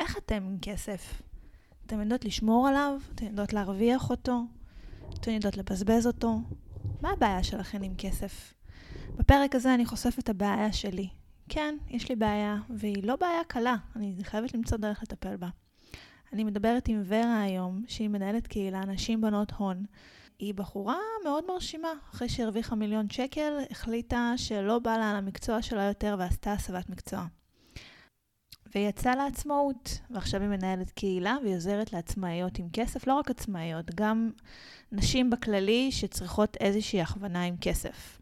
איך אתם עם כסף? אתם יודעות לשמור עליו? אתם יודעות להרוויח אותו? אתם יודעות לבזבז אותו? מה הבעיה שלכם עם כסף? בפרק הזה אני חושפת את הבעיה שלי. כן, יש לי בעיה, והיא לא בעיה קלה. אני חייבת למצוא דרך לטפל בה. אני מדברת עם ורה היום, שהיא מנהלת קהילה נשים בנות הון. היא בחורה מאוד מרשימה. אחרי שהרוויחה 1,000,000 שקל, החליטה שלא בא לה על המקצוע שלה יותר ועשתה הסבת מקצוע. והיא יצאה לעצמאות, ועכשיו היא מנהלת קהילה והיא עוזרת לעצמאיות עם כסף, לא רק עצמאיות, גם נשים בכללי שצריכות איזושהי הכוונה עם כסף.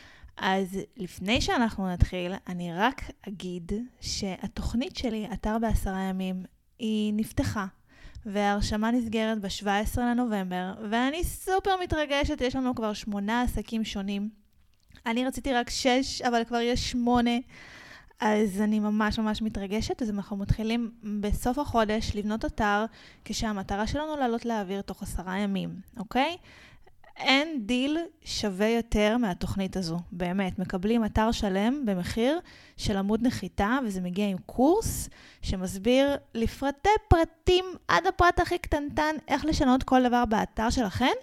אז לפני שאנחנו נתחיל, אני רק אגיד שהתוכנית שלי, אתר ב10 ימים, היא נפתחה, וההרשמה נסגרת ב-17 לנובמבר, ואני סופר מתרגשת, יש לנו כבר 8 עסקים שונים. אני רציתי רק 6, אבל כבר יש 8, אז אני ממש מתרגשת. אז אנחנו מתחילים בסוף החודש לבנות אתר, כשהמטרה שלנו לעלות לאוויר תוך 10 ימים, אוקיי? אין דיל שווה יותר מהתוכנית הזו, באמת. מקבלים אתר שלם במחיר של עמוד נחיתה, וזה מגיע עם קורס שמסביר לפרטי פרטים עד הפרט הכי קטנטן, איך לשנות כל דבר באתר שלכם,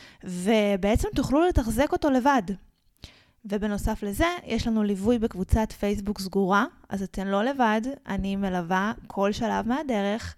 ובעצם תוכלו לתחזק אותו לבד. ובנוסף לזה, יש לנו ליווי בקבוצת פייסבוק סגורה, אז אתן לא לבד, אני מלווה כל שלב מהדרך,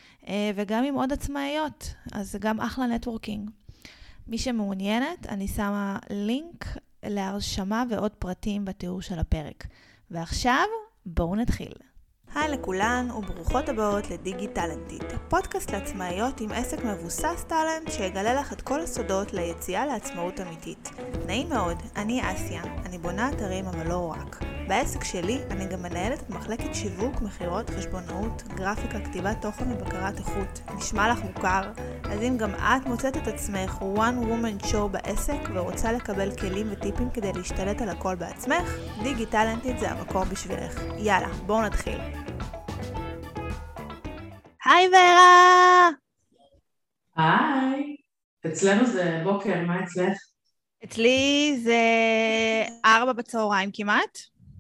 וגם עם עוד עצמאיות, אז זה גם אחלה נטוורקינג. מי שמעוניינת, אני שמה לינק להרשמה ועוד פרטים בתיאור של הפרק. ועכשיו, בואו נתחיל. היי לכולן וברוכות הבאות לדיגיטלנטית, פודקאסט לעצמאיות עם עסק מבוסס טלנט שיגלה לך את כל הסודות ליציאה לעצמאות אמיתית. נעים מאוד, אני אסיה, אני בונה אתרים אבל לא רק. בעסק שלי אני גם מנהלת את מחלקת שיווק, מחירות, חשבונאות, גרפיקה, כתיבת תוכן ובקרת איכות. נשמע לך מוכר? אז אם גם את מוצאת את עצמך one woman show בעסק ורוצה לקבל כלים וטיפים כדי להשתלט על הכל בעצמך, דיגיטלנטית זה המקום בשבילך. יאללה, בואו נתחיל. היי ורה! היי, אצלנו זה בוקר, מה אצלך? אצלי זה 4 בצהריים כמעט.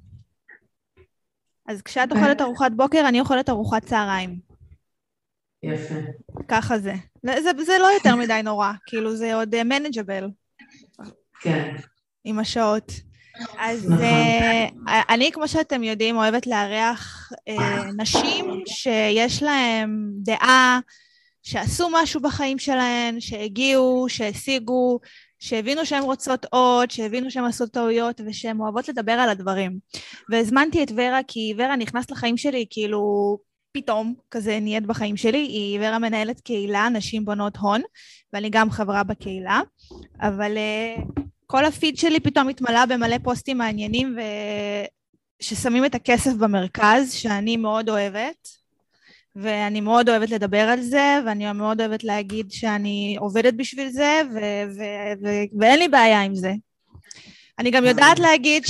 אז כשאת אוכלת ארוחת בוקר, אני אוכלת ארוחת צהריים. יפה. ככה זה. זה לא יותר מדי נורא, כאילו זה עוד manageable. כן. עם השעות. אז נכון. אני, כמו שאתם יודעים, אוהבת לארח נשים שיש להם דעה, שעשו משהו בחיים שלהן, שהגיעו, שהשיגו, שהבינו שהן רוצות עוד, שהבינו שהן עשו טעויות, ושהן אוהבות לדבר על הדברים. והזמנתי את ורה, כי ורה נכנס לחיים שלי, כאילו פתאום כזה נהיית בחיים שלי. היא ורה מנהלת קהילה, נשים בונות הון, ואני גם חברה בקהילה, אבל כל הפיד שלי פתאום התמלא במלא פוסטים מעניינים, ששמים את הכסף במרכז, שאני מאוד אוהבת, ואני מאוד אוהבת לדבר על זה, ואני מאוד אוהבת להגיד שאני עובדת בשביל זה, ואין לי בעיה עם זה. אני גם יודעת להגיד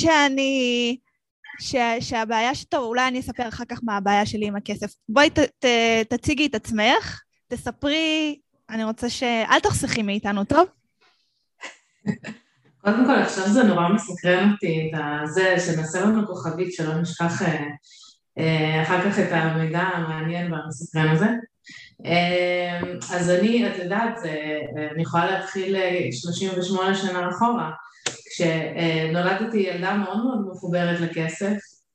שהבעיה טוב, אולי אני אספר אחר כך מה הבעיה שלי עם הכסף. בואי תציגי את עצמך, תספרי, אני רוצה אל תחסכי מאיתנו, טוב? קודם כל, עכשיו זה נורא מסקרן אותי, זה שנעשה לנו כוכבית, שלא נשכח אחר כך את המידע המעניין והמסקרן הזה. אז את יודעת, אני יכולה להתחיל 38 שנה אחורה, כשנולדתי ילדה מאוד מאוד מחוברת לכסף.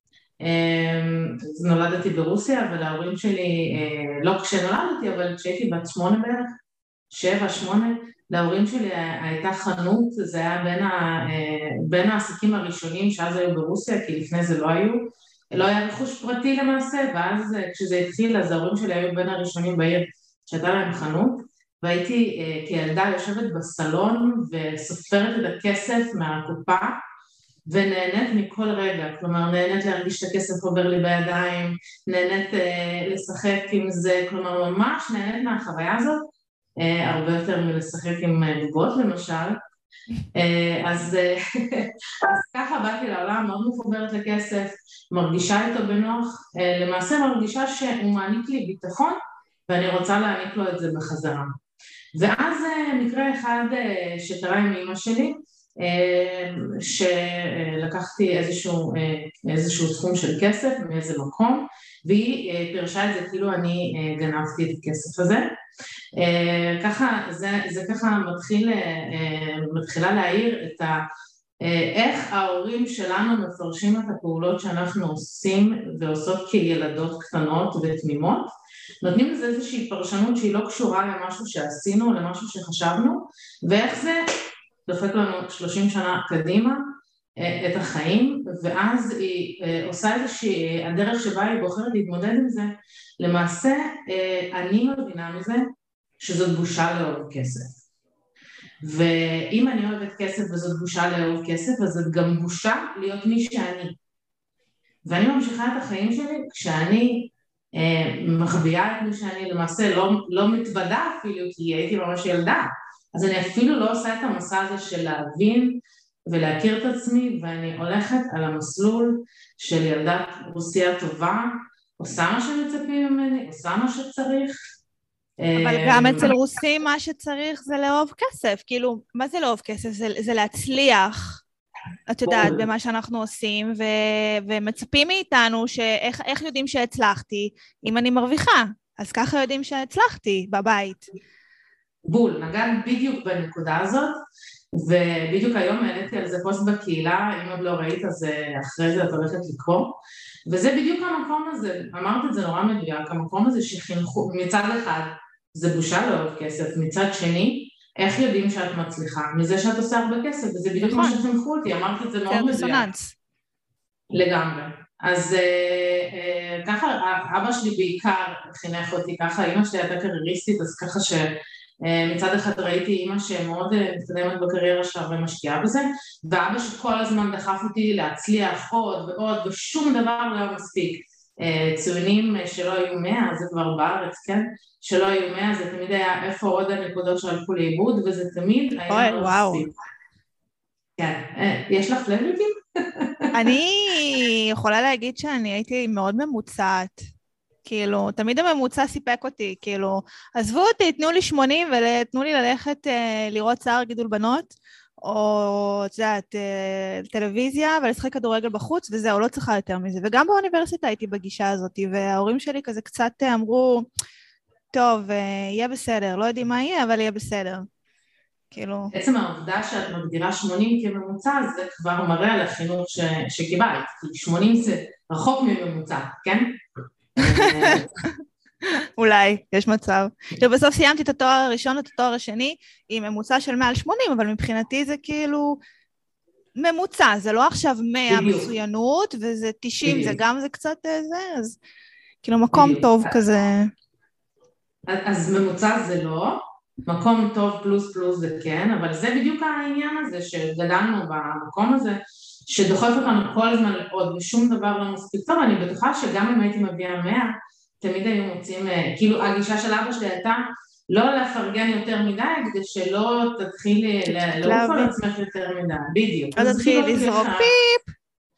נולדתי ברוסיה, ולהורים שלי, לא כשנולדתי, אבל כשהייתי בת 8 בערך, 7-8, להורים שלי הייתה חנות, זה היה בין העסקים הראשונים שאז היו ברוסיה, כי לפני זה לא היה רכוש פרטי למעשה, ואז כשזה התחיל, אז ההורים שלי היו בין הראשונים בעיר שהייתה להם חנות, והייתי כילדה יושבת בסלון וסופרת את הכסף מהקופה, ונהנית מכל רגע, כלומר נהנית להרגיש את הכסף עובר לי בידיים, נהנית לשחק עם זה, כלומר ממש נהנית מהחוויה הזאת, הרבה יותר מלשחק עם בובות למשל, אז ככה באתי לעולם, מאוד מחוברת לכסף, מרגישה איתו בנוח, למעשה מרגישה שהוא מעניק לי ביטחון, ואני רוצה להעניק לו את זה בחזרה. ואז מקרה אחד שקרה עם אמא שלי, שלקחתי איזשהו סכום של כסף מאיזה מקום, והיא פירשה את זה כאילו אני גנבתי את הכסף הזה. ככה, זה ככה מתחילה להעיר את איך ההורים שלנו מפרשים את הפעולות שאנחנו עושים ועושות כילדות קטנות ותמימות, נותנים לזה איזושהי פרשנות שהיא לא קשורה למשהו שעשינו, למשהו שחשבנו, ואיך זה דופק לנו 30 שנה קדימה את החיים, ואז היא עושה איזושהי, הדרך שבה היא בוחרת להתמודד עם זה, למעשה אני מבינה מזה שזאת בושה לאהוב כסף. ואם אני אוהבת כסף וזאת בושה לאהוב כסף, אז זאת גם בושה להיות מי שאני. ואני ממשיכה את החיים שלי כשאני מחביאה את מי שאני, למעשה לא מתוודה אפילו, כי הייתי ממש ילדה. אז אני אפילו לא עושה את המסע הזה של להבין ולהכיר את עצמי, ואני הולכת על המסלול של ילדת רוסיה טובה, עושה מה שמצפים ממני, עושה מה שצריך. אבל גם אצל רוסים מה שצריך זה לאהוב כסף, כאילו, מה זה לאהוב כסף? זה להצליח, את יודעת, במה שאנחנו עושים, ומצפים מאיתנו שאיך יודעים שהצלחתי, אם אני מרוויחה, אז ככה יודעים שהצלחתי בבית. בול, נגעת בדיוק בנקודה הזאת, ובדיוק היום העליתי על זה פוסט בקהילה, אם עוד לא ראית אז אחרי זה את הולכת לקרוא, וזה בדיוק המקום הזה, אמרת את זה נורא מדויק, המקום הזה שחינכו, מצד אחד זה בושה לאהוב כסף, מצד שני, איך יודעים שאת מצליחה? מזה שאת עושה הרבה כסף, וזה בדיוק מה שחינכו אותי, אמרת את זה מאוד מדויק. זה דיסוננס. לגמרי. אז ככה, אבא שלי בעיקר חינך אותי ככה, אמא שלי הייתה קרייריסטית, אז ככה שמצד אחד ראיתי אמא שמאוד מתקדמת בקריירה שלה ומשקיעה בזה, ואבא שכל הזמן דחף אותי להצליח עוד ועוד, ושום דבר לא היה מספיק. ציונים שלא היו 100, זה כבר בארץ, כן? שלא היו 100, זה תמיד היה איפה עוד הנקודות שהלכו לאיבוד, וזה תמיד היה לא מספיק. כן, יש לך פלייליסטים? אני יכולה להגיד שאני הייתי מאוד ממוצעת, כאילו, תמיד הממוצע סיפק אותי, כאילו, עזבו אותי, תנו לי 80 ותנו לי ללכת לראות שיער גידול בנות, או, את יודעת, טלוויזיה, ולשחק כדורגל בחוץ, וזהו, לא צריכה יותר מזה. וגם באוניברסיטה הייתי בגישה הזאת, וההורים שלי כזה קצת אמרו, טוב, יהיה בסדר, לא יודעים מה יהיה, אבל יהיה בסדר. כאילו... בעצם העובדה שאת מגדירה 80 כממוצע, זה כבר מראה על החינוך שקיבלת, כי 80 זה רחוק מממוצע, כן? אולי, יש מצב. בסוף סיימתי את התואר הראשון ואת התואר השני, עם ממוצע של מעל 80, אבל מבחינתי זה כאילו ממוצע, זה לא עכשיו 100 מצוינות, וזה 90, זה גם זה קצת זה, אז כאילו מקום טוב כזה. אז ממוצע זה לא, מקום טוב פלוס פלוס זה כן, אבל זה בדיוק העניין הזה שגדלנו במקום הזה, שדוחף אותנו כל הזמן לעוד, ושום דבר לא מספיק טוב. אני בטוחה שגם אם הייתי מביאה 100, תמיד היו מוצאים, כאילו הגישה של אבא שלי הייתה לא לפרגן יותר מדי, כדי שלא תתחילי לעוף על עצמך יותר מדי, בדיוק. אז תתחילי לזרוק פיפ.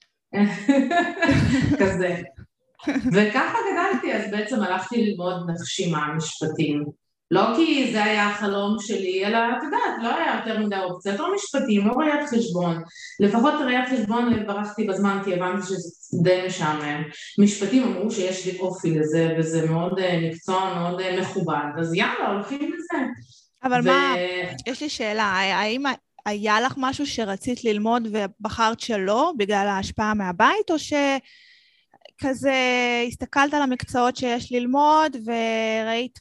כזה. וככה גדלתי, אז בעצם הלכתי ללמוד נשימה, משפטים. לא כי זה היה החלום שלי, אלא, את יודעת, לא היה יותר מדי אופציות, או משפטים, או ראיית חשבון. לפחות ראיית חשבון ברחתי בזמן, כי הבנתי שזה די משעמם. משפטים אמרו שיש לי אופי לזה, וזה מאוד מקצוע, מאוד מכובד. אז יאללה, הולכים לזה. אבל מה, יש לי שאלה, האם היה לך משהו שרצית ללמוד ובחרת שלא, בגלל ההשפעה מהבית, או שכזה הסתכלת על המקצועות שיש ללמוד, וראית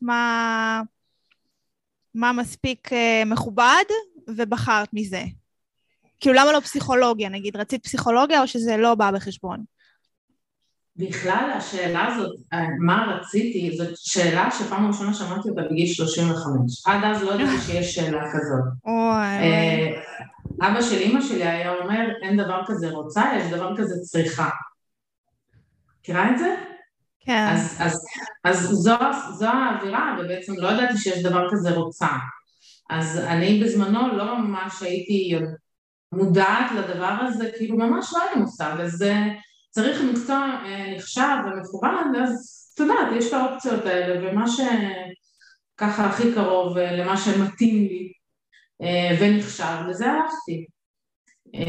מה מספיק מכובד, ובחרת מזה? כאילו, למה לא פסיכולוגיה? נגיד, רצית פסיכולוגיה, או שזה לא בא בחשבון? בכלל, השאלה הזאת, מה רציתי, זאת שאלה שפעם ראשונה שמעתי אותה בגיל 35. עד אז לא ידעתי שיש שאלה כזאת. אבא של אמא שלי היה אומר, אין דבר כזה רוצה, יש דבר כזה צריכה. מכירה את זה? כן. אז זו האווירה, ובעצם לא ידעתי שיש דבר כזה רוצה. אז אני בזמנו לא ממש הייתי מודעת לדבר הזה, כאילו ממש לא היה מושג, אז צריך מקצוע נחשב ומכובד, אז אתה יודעת, יש את האופציות האלה, ומה שככה הכי קרוב למה שמתאים לי ונחשב, לזה הלכתי.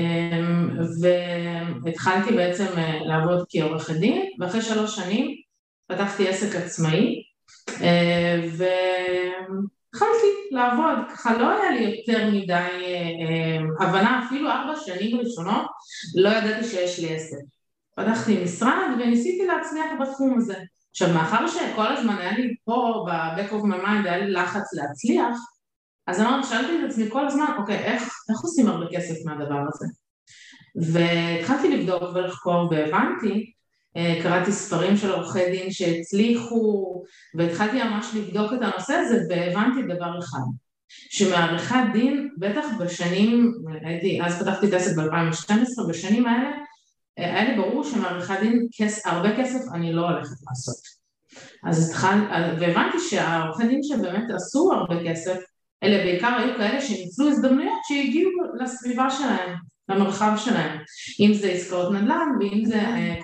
והתחלתי בעצם לעבוד כעורכת דין, ואחרי 3 שנים פתחתי עסק עצמאי, והתחלתי לעבוד, ככה לא היה לי יותר מדי הבנה, אפילו 4 שנים ראשונות לא ידעתי שיש לי עסק. פתחתי משרד וניסיתי להצליח בתחום הזה. עכשיו, מאחר שכל הזמן היה לי פה, ב-back of my mind, היה לי לחץ להצליח, אז שאלתי את עצמי כל הזמן, אוקיי, איך עושים הרבה כסף מהדבר הזה? והתחלתי לבדוק ולחקור והבנתי, קראתי ספרים של עורכי דין שהצליחו, והתחלתי ממש לבדוק את הנושא הזה, והבנתי דבר אחד, שמעריכת דין, בטח בשנים, אז פתחתי את העסק ב-2012, בשנים האלה, היה לי ברור שמעריכת דין הרבה כסף אני לא הולכת לעשות. והבנתי שהעורכי דין שבאמת עשו הרבה כסף, אלה בעיקר היו כאלה שניצלו הזדמנויות שהגיעו לסביבה שלהם, למרחב שלהם, אם זה עסקאות נדל"ן ואם זה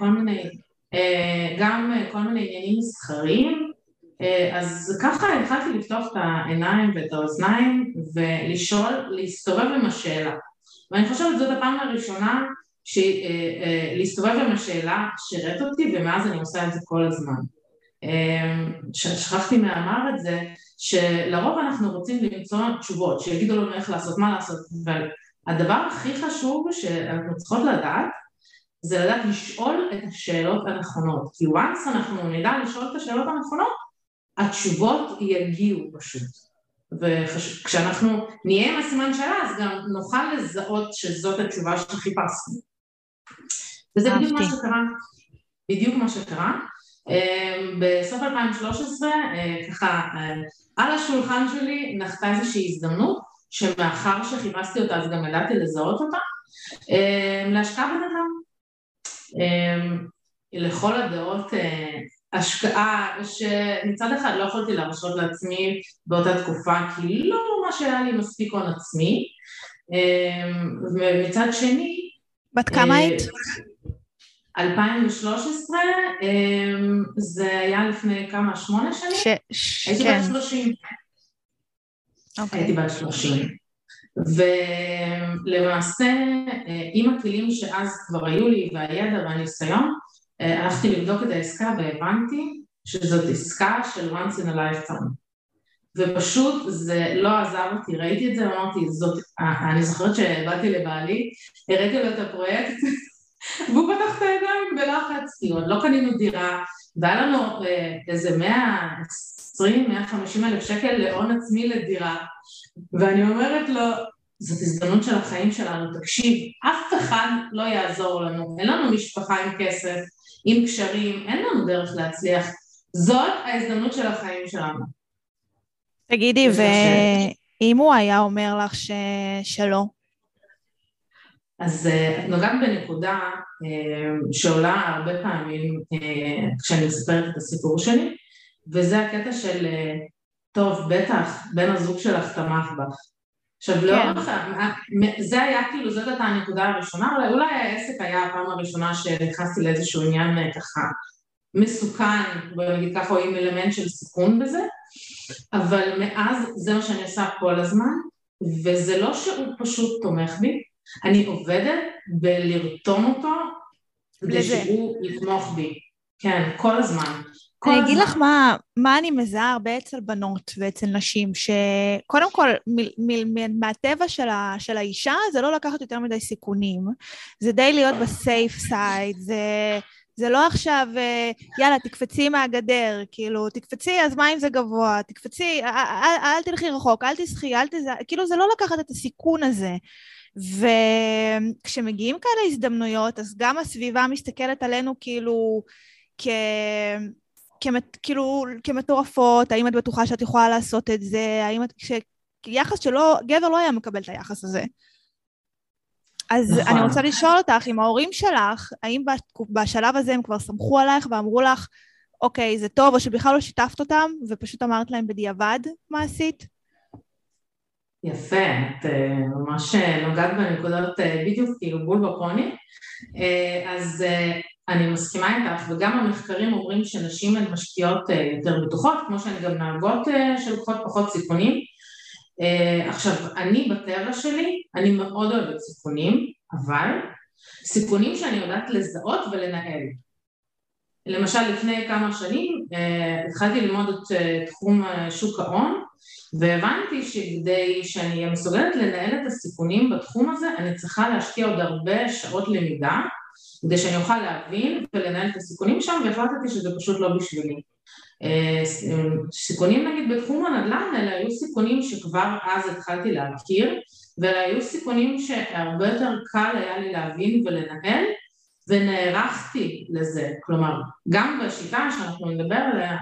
גם כל מיני עניינים מסחריים, אז ככה התחלתי לפתוח את העיניים ואת האוזניים ולשאול, להסתובב עם השאלה. ואני חושבת זאת הפעם הראשונה להסתובב עם השאלה שירת אותי, ומאז אני עושה את זה כל הזמן. שכחתי מאמר את זה, שלרוב אנחנו רוצים למצוא תשובות, שיגידו לנו איך לעשות, מה לעשות, אבל הדבר הכי חשוב שאנחנו צריכות לדעת, זה לדעת לשאול את השאלות הנכונות, כי once אנחנו נדע לשאול את השאלות הנכונות, התשובות יגיעו פשוט. וכשאנחנו נהיה עם הסימן שאלה, אז גם נוכל לזהות שזאת התשובה שחיפשנו. וזה בדיוק מה שקרה. בדיוק מה שקרה. בסוף 2013, ככה, על השולחן שלי נחתה איזושהי הזדמנות, שמאחר שחיפשתי אותה, אז גם ידעתי לזהות אותה, להשקעה בנדל"ן. לכל הדעות, השקעה שמצד אחד לא יכולתי להרשות לעצמי באותה תקופה, כי לא ממש היה לי מספיק הון עצמי, ומצד שני... בת כמה היית? 2013, זה היה לפני כמה, 8 שנים? הייתי בת 30. הייתי בת 30. ולמעשה, עם הכלים שאז כבר היו לי, והידע והניסיון, הלכתי לבדוק את העסקה והבנתי שזאת עסקה של once in a lifetime. ופשוט זה לא עזב אותי, ראיתי את זה ואמרתי, אני זוכרת שבאתי לבעלי, הראיתי לו את הפרויקט, והוא פתח את הידיים בלחץ, כי עוד לא קנינו דירה, והיה לנו איזה 120,000-150,000 שקל להון עצמי לדירה, ואני אומרת לו, זאת הזדמנות של החיים שלנו, תקשיב, אף אחד לא יעזור לנו, אין לנו משפחה עם כסף, עם קשרים, אין לנו דרך להצליח, זאת ההזדמנות של החיים שלנו. תגידי, ואם הוא היה אומר לך שלא? אז נוגעת בנקודה שעולה הרבה פעמים כשאני מספרת את הסיפור שלי, וזה הקטע של, טוב, בטח, בן הזוג שלך תמך בך. עכשיו, לא, זה היה כאילו, זאת הייתה הנקודה הראשונה, אולי העסק היה הפעם הראשונה שנכנסתי לאיזשהו עניין ככה מסוכן, בוא נגיד ככה, או עם אלמנט של סיכון בזה, אבל מאז זה מה שאני עושה כל הזמן, וזה לא שהוא פשוט תומך בי, אני עובדת בלרתום אותו, כדי שהוא יתמוך בי. כן, כל הזמן. אני אגיד לך מה אני מזהה הרבה אצל בנות ואצל נשים, שקודם כל, מהטבע של האישה, זה לא לקחת יותר מדי סיכונים, זה די להיות בסייף סייד, זה לא עכשיו, יאללה, תקפצי מהגדר, כאילו, תקפצי, אז מה אם זה גבוה, תקפצי, אל תלכי רחוק, אל תשחי, כאילו, זה לא לקחת את הסיכון הזה. וכשמגיעים כאלה הזדמנויות, אז גם הסביבה מסתכלת עלינו כאילו כמטורפות, האם את בטוחה שאת יכולה לעשות את זה, יחס שלא, גבר לא היה מקבל את היחס הזה. אז אני רוצה לשאול אותך, עם ההורים שלך, האם בשלב הזה הם כבר סמכו עלייך ואמרו לך, אוקיי, זה טוב, או שבכלל לא שיתפת אותם, ופשוט אמרת להם בדיעבד מה עשית? יפה, את ממש נוגעת בנקודות בדיוק כאילו בול בפוני, אז אני מסכימה איתך, וגם המחקרים אומרים שנשים הן משקיעות יותר בטוחות, כמו שהן גם נהגות שלוקחות פחות סיכונים. עכשיו, אני בטבע שלי, אני מאוד אוהבת סיכונים, אבל סיכונים שאני יודעת לזהות ולנהל. למשל לפני כמה שנים התחלתי ללמוד את תחום שוק ההון, והבנתי שכדי שאני אהיה מסוגלת לנהל את הסיכונים בתחום הזה, אני צריכה להשקיע עוד הרבה שעות למידה, כדי שאני אוכל להבין ולנהל את הסיכונים שם, והחלטתי שזה פשוט לא בשבילי. סיכונים נגיד בתחום הנדל"ן, אלה היו סיכונים שכבר אז התחלתי להכיר, ואלה היו סיכונים שהרבה יותר קל היה לי להבין ולנהל, ונערכתי לזה. כלומר, גם בשיטה שאנחנו נדבר עליה,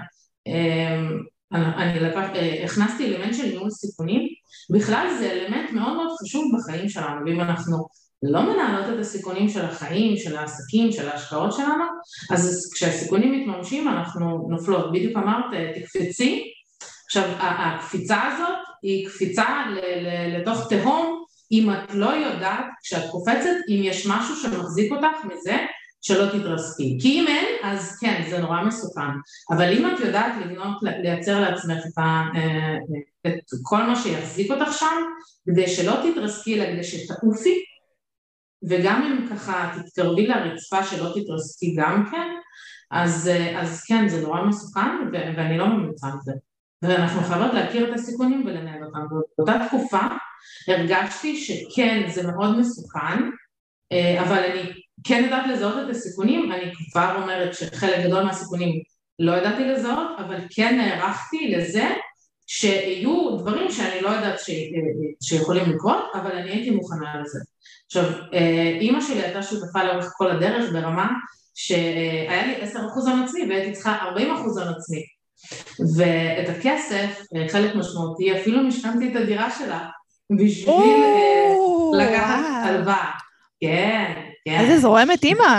הכנסתי אלמנט של ניהול סיכונים, בכלל זה אלמנט מאוד מאוד חשוב בחיים שלנו, ואם אנחנו לא מנהלות את הסיכונים של החיים, של העסקים, של ההשקעות שלנו, אז כשהסיכונים מתממשים אנחנו נופלות. בדיוק אמרת, תקפצי. עכשיו, הקפיצה הזאת היא קפיצה לתוך תהום, אם את לא יודעת, כשאת קופצת, אם יש משהו שמחזיק אותך מזה, שלא תתרסקי. כי אם אין, אז כן, זה נורא מסוכן. אבל אם את יודעת לייצר לעצמך את כל מה שיחזיק אותך שם, כדי שלא תתרסקי, אלא כדי שתעופי, וגם אם ככה תתקרבי לרצפה שלא תתרסקי גם כן, אז כן, זה נורא מסוכן, ואני לא ממליצה על זה. ואנחנו חייבות להכיר את הסיכונים ולנהל אותם. באותה תקופה הרגשתי שכן, זה מאוד מסוכן, אבל אני כן ידעת לזהות את הסיכונים, אני כבר אומרת שחלק גדול מהסיכונים לא ידעתי לזהות, אבל כן נערכתי לזה שיהיו דברים שאני לא יודעת שיכולים לקרות, אבל אני הייתי מוכנה לזה. עכשיו, אימא שלי הייתה שותפה לאורך כל הדרך ברמה שהיה לי 10% הון עצמי והייתי צריכה 40% הון עצמי. ואת הכסף, חלק משמעותי, אפילו משכנתי את הדירה שלה בשביל לקחת הלוואה. כן, כן. איזה זורמת אימא.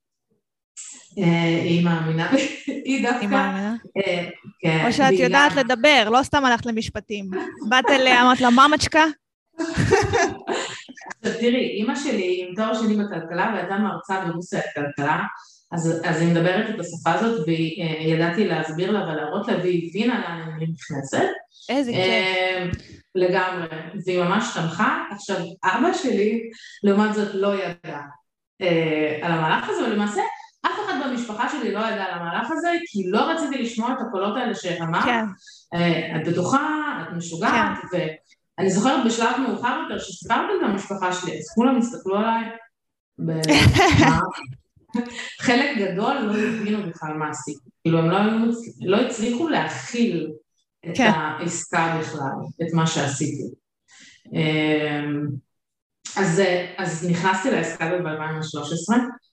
היא מאמינה, היא דווקא, או שאת יודעת לדבר, לא סתם הלכת למשפטים. באת אליה, אמרת לה, ממצ'קה? תראי, אימא שלי עם תואר שני בכלכלה, והייתה מרצה ברוסיה הכלכלה, אז היא מדברת את השפה הזאת, וידעתי להסביר לה ולהראות לה, והיא הבינה לאן אני נכנסת. איזה כיף. לגמרי, והיא ממש תמכה. עכשיו, אבא שלי, לעומת זאת, לא ידע על המהלך הזה, ולמעשה, אף אחד במשפחה שלי לא ידע על המהלך הזה, כי לא רציתי לשמוע את הקולות האלה שאמרת, את בטוחה, את משוגעת, ואני זוכרת בשלב מאוחר יותר, שסיפרתי את המשפחה שלי, אז כולם הסתכלו עליי, חלק גדול לא הבינו בכלל מה עשיתי, כאילו הם לא הצליחו להכיל את העסקה בכלל, את מה שעשיתי. אז נכנסתי לעסקה ב-2013,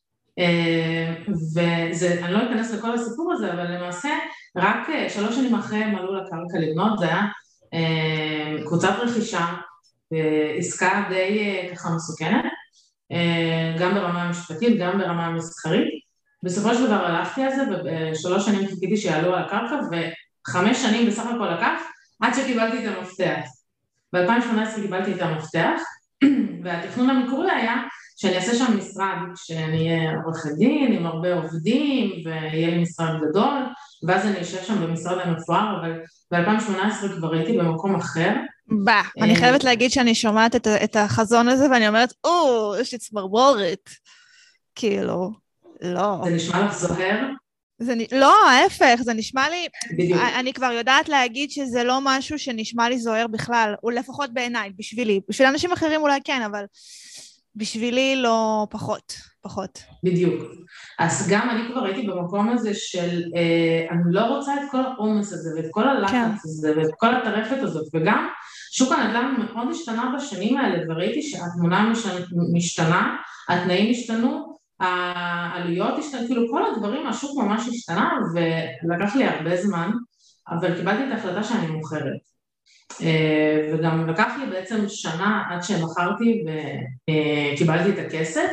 ואני לא אכנס לכל הסיפור הזה, אבל למעשה רק 3 שנים אחרי הם עלו לקרקע לבנות, זה היה קבוצת רכישה, עסקה די ככה מסוכנת, גם ברמה המשפטית, גם ברמה המסחרית. בסופו של דבר הלכתי על זה, וב3 שנים חיכיתי שיעלו על הקרקע, ו5 שנים בסך הכל לקח, עד שקיבלתי את המפתח. ב-2018 קיבלתי את המפתח, והתכנון המקורי היה שאני אעשה שם משרד, שאני אהיה עורכת דין עם הרבה עובדים, ויהיה לי משרד גדול, ואז אני אשב שם במשרד המפואר, אבל ב-2018 כבר הייתי במקום אחר. אני חייבת להגיד שאני שומעת את החזון הזה, ואני אומרת, יש לי צמרמורת. כאילו, לא. זה נשמע לך זוהר? לא, ההפך, זה נשמע לי, בדיוק. אני כבר יודעת להגיד שזה לא משהו שנשמע לי זוהר בכלל, או לפחות בעיניי, בשבילי. בשביל אנשים אחרים אולי כן, אבל בשבילי לא, פחות. בדיוק. אז גם אני כבר הייתי במקום הזה של, אני לא רוצה את כל העומס הזה, ואת כל הלחץ הזה, ואת כל הטרפת הזאת, וגם שוק הנדל"ן מאוד השתנה בשנים האלה, וראיתי שהתמונה משתנה, התנאים השתנו, העלויות השתנו, כאילו כל הדברים, השוק ממש השתנה, ולקח לי הרבה זמן, אבל קיבלתי את ההחלטה שאני מוכרת. וגם לקח לי בעצם שנה עד שמכרתי וקיבלתי את הכסף,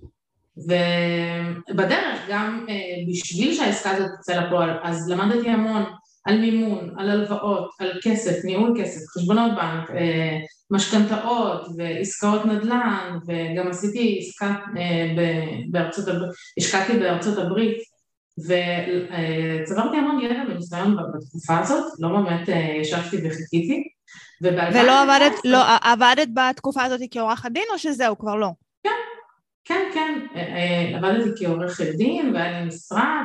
ובדרך גם בשביל שהעסקה הזאת תצא לפועל, אז למדתי המון על מימון, על הלוואות, על כסף, ניהול כסף, חשבונות בנק, משכנתאות ועסקאות נדל"ן, וגם עשיתי עסקה השקעתי בארצות הברית, וצברתי המון ידע וניסיון בתקופה הזאת, לא באמת ישבתי וחיכיתי. ולא עבדת בתקופה הזאת כעורך הדין, או שזהו, כבר לא? כן, כן, כן, עבדתי כעורכת דין והיה לי משרד,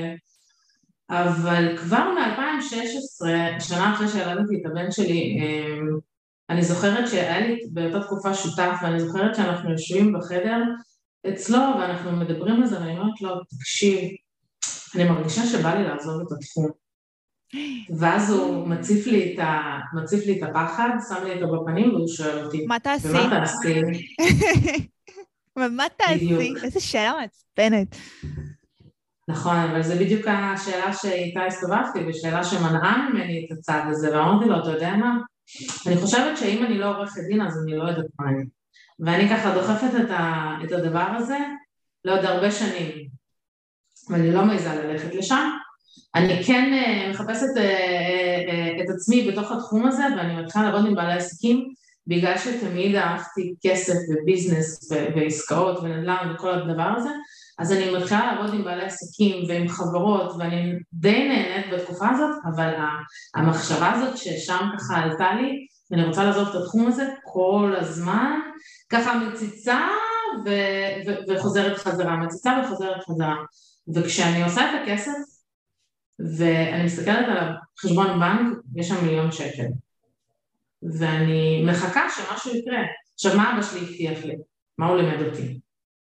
אבל כבר מ-2016, שנה אחרי שילדתי את הבן שלי, אני זוכרת שהיה לי באותה תקופה שותף, ואני זוכרת שאנחנו יושבים בחדר אצלו, ואנחנו מדברים על זה, ואני אומרת לו, תקשיב, אני מרגישה שבא לי לעזוב את התחום. ואז הוא מציף לי את הפחד, שם לי אותו בפנים, והוא שואל אותי, מה תעשי? ומה תעשי? ומה תעשי? איזה שאלה מעצבנת. נכון, אבל זה בדיוק השאלה שאיתה הסתובבתי, ושאלה שמנעה ממני את הצד הזה, ואמרתי לו, אתה יודע מה? אני חושבת שאם אני לא עורכת דין, אז אני לא יודעת מה אני. ואני ככה דוחפת את הדבר הזה לעוד הרבה שנים, ואני לא מעיזה ללכת לשם. אני כן מחפשת את עצמי בתוך התחום הזה, ואני מתחילה לעבוד עם בעלי עסקים, בגלל שתמיד אהבתי כסף וביזנס ועסקאות ונדל"ן וכל הדבר הזה, אז אני מתחילה לעבוד עם בעלי עסקים ועם חברות, ואני די נהנית בתקופה הזאת, אבל המחשבה הזאת ששם ככה עלתה לי, ואני רוצה לעזוב את התחום הזה כל הזמן, ככה מציצה וחוזרת חזרה, מציצה וחוזרת חזרה. וכשאני עושה את הכסף, ואני מסתכלת על חשבון בנק, יש שם 1,000,000 שקל. ואני מחכה שמשהו יקרה. עכשיו, מה אבא שלי הבטיח לי? מה הוא לימד אותי?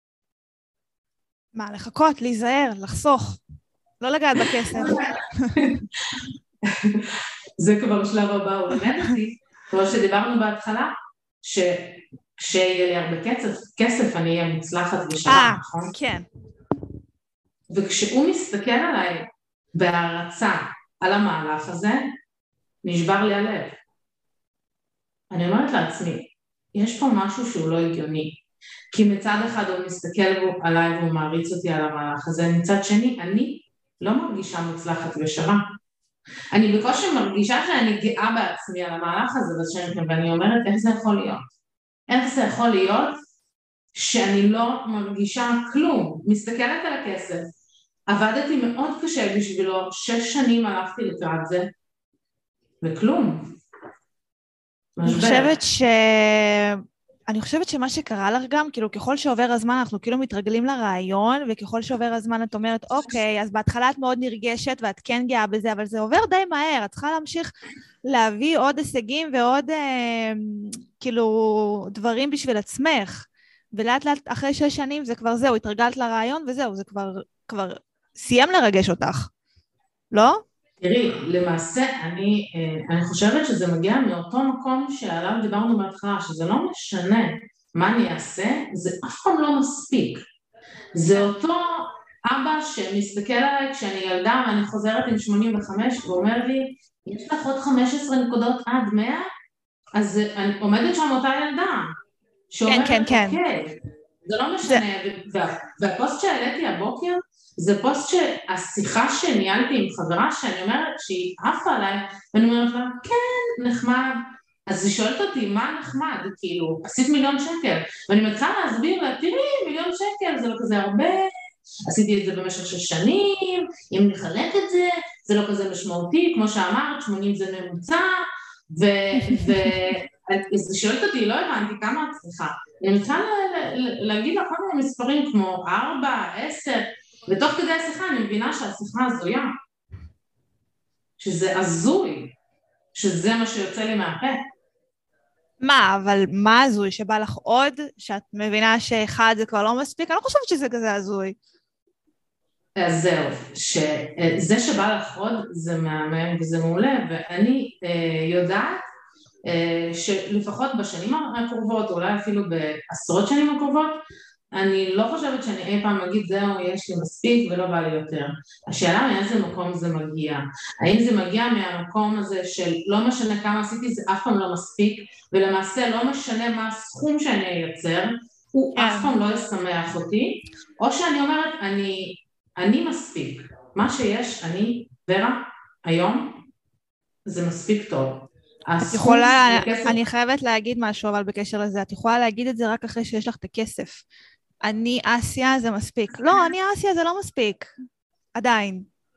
מה, לחכות, להיזהר, לחסוך. לא לגעת בכסף. זה כבר שלב הבא, הוא לימד אותי. כמו שדיברנו בהתחלה, שכשיהיה לי הרבה כסף, אני אהיה מוצלחת ושרה, נכון? כן. וכשהוא מסתכל עליי בהערצה על המהלך הזה, נשבר לי הלב. אני אומרת לעצמי, יש פה משהו שהוא לא הגיוני, כי מצד אחד הוא מסתכל עליי והוא מעריץ אותי על המהלך הזה, מצד שני, אני לא מרגישה מוצלחת ושרה. אני בקושי מרגישה שאני גאה בעצמי על המהלך הזה, ואני אומרת, איך זה יכול להיות? איך זה יכול להיות שאני לא מרגישה כלום? מסתכלת על הכסף, עבדתי מאוד קשה בשבילו, 6 שנים הלכתי לקראת זה, וכלום. אני חושבת שמה שקרה לך גם, כאילו ככל שעובר הזמן אנחנו כאילו מתרגלים לרעיון, וככל שעובר הזמן את אומרת, אוקיי, אז בהתחלה את מאוד נרגשת ואת כן גאה בזה, אבל זה עובר די מהר, את צריכה להמשיך להביא עוד הישגים ועוד כאילו דברים בשביל עצמך, ולאט לאט אחרי 6 שנים זה כבר זהו, התרגלת לרעיון וזהו, זה כבר סיים לרגש אותך, לא? תראי, למעשה אני חושבת שזה מגיע מאותו מקום שעליו דיברנו בהתחלה, שזה לא משנה מה אני אעשה, זה אף פעם לא מספיק. זה אותו אבא שמסתכל עליי כשאני ילדה ואני חוזרת עם 85 ואומר לי, יש לך עוד 15 נקודות עד 100? אז אני עומדת שם אותה ילדה, שאומרת, אוקיי, זה לא משנה, והפוסט שהעליתי הבוקר, זה פוסט שהשיחה שניהלתי עם חברה שאני אומרת שהיא עפה עליי, ואני אומרת לה, כן, נחמד. אז היא שואלת אותי, מה נחמד? כאילו, עשית 1,000,000 שקל. ואני מתחילה להסביר לה, תראי, 1,000,000 שקל, זה לא כזה הרבה, עשיתי את זה במשך 6 שנים, אם נחלק את זה, זה לא כזה משמעותי, כמו שאמרת, 80 זה ממוצע, אז היא שואלת אותי, לא הבנתי, כמה את צריכה? אני מתחילה להגיד לה כל מיני מספרים כמו 4, 10, ותוך כדי השיחה אני מבינה שהשיחה הזויה, שזה הזוי, שזה מה שיוצא לי מהפה. מה, אבל מה הזוי? שבא לך עוד? שאת מבינה שאחד זה כבר לא מספיק? אני לא חושבת שזה כזה הזוי. אז זהו, שזה שבא לך עוד זה מהמם וזה מעולה, ואני יודעת שלפחות בשנים הקרובות, אולי אפילו בעשרות שנים הקרובות, אני לא חושבת שאני אי פעם אגיד, זהו, יש לי מספיק ולא בא לי יותר. השאלה מאיזה מקום זה מגיע. האם זה מגיע מהמקום הזה של לא משנה כמה עשיתי, זה אף פעם לא מספיק, ולמעשה לא משנה מה הסכום שאני אייצר, הוא אף פעם לא ישמח אותי, או שאני אומרת, אני מספיק. מה שיש, אני, ורה, היום, זה מספיק טוב. את יכולה, אני חייבת להגיד משהו, אבל בקשר לזה, את יכולה להגיד את זה רק אחרי שיש לך את הכסף. אני אסיה זה מספיק. לא, אני אסיה זה לא מספיק. עדיין.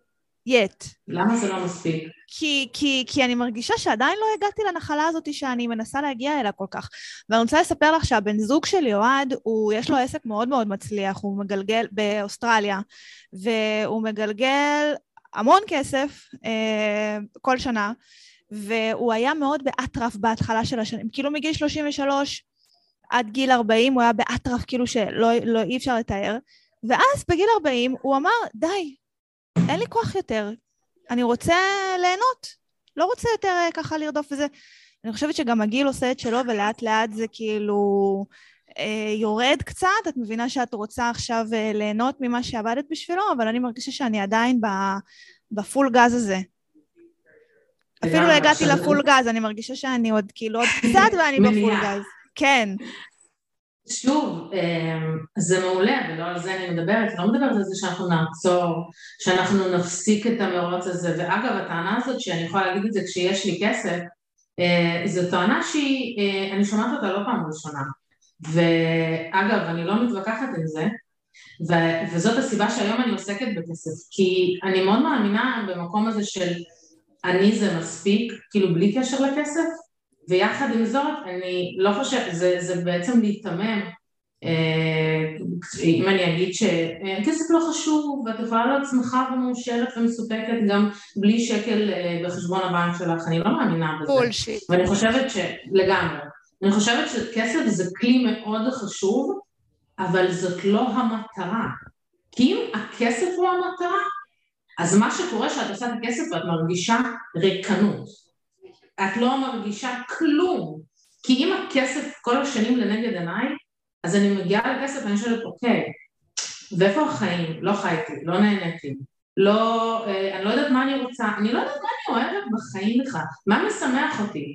למה זה לא מספיק? כי אני מרגישה שעדיין לא הגעתי לנחלה הזאת שאני מנסה להגיע אליה כל כך. ואני רוצה לספר לך שהבן זוג שלי, אוהד, יש לו עסק מאוד מאוד מצליח, הוא מגלגל באוסטרליה, והוא מגלגל המון כסף כל שנה, והוא היה מאוד באטרף בהתחלה של השנים, כאילו מגיל 33 עד גיל 40 הוא היה באטרף כאילו שלא אי אפשר לתאר, ואז בגיל 40 הוא אמר, די, אין לי כוח יותר, אני רוצה ליהנות, לא רוצה יותר ככה לרדוף וזה. אני חושבת שגם הגיל עושה את שלו, ולאט לאט זה כאילו יורד קצת, את מבינה שאת רוצה עכשיו ליהנות ממה שעבדת בשבילו, אבל אני מרגישה שאני עדיין בפול גז הזה. אפילו לא הגעתי לפול גז, אני מרגישה שאני עוד כאילו עוד קצת ואני בפול גז. כן. שוב, זה מעולה, ולא על זה אני מדברת, לא מדברת על זה שאנחנו נעצור, שאנחנו נפסיק את המרוץ הזה, ואגב, הטענה הזאת שאני יכולה להגיד את זה כשיש לי כסף, זו טענה שאני שומעת אותה לא פעם ראשונה, ואגב, אני לא מתווכחת עם זה, וזאת הסיבה שהיום אני עוסקת בכסף, כי אני מאוד מאמינה במקום הזה של אני זה מספיק, כאילו בלי קשר לכסף, ויחד עם זאת, אני לא חושבת, זה בעצם להתמם, אם אני אגיד שכסף לא חשוב, ואת יכולה להיות שמחה ומאושרת ומסופקת גם בלי שקל בחשבון הבנק שלך, אני לא מאמינה בזה. בולשיט. ואני חושבת לגמרי, אני חושבת שכסף זה כלי מאוד חשוב, אבל זאת לא המטרה. כי אם הכסף הוא המטרה, אז מה שקורה שאת עושה את הכסף ואת מרגישה ריקנות. את לא מרגישה כלום, כי אם הכסף כל השנים לנגד עיניי, אז אני מגיעה לכסף ואני שואלת, אוקיי, ואיפה החיים? לא חייתי, לא נהניתי, אני לא יודעת מה אני רוצה, אני לא יודעת מה אני אוהבת בחיים לך, מה משמח אותי?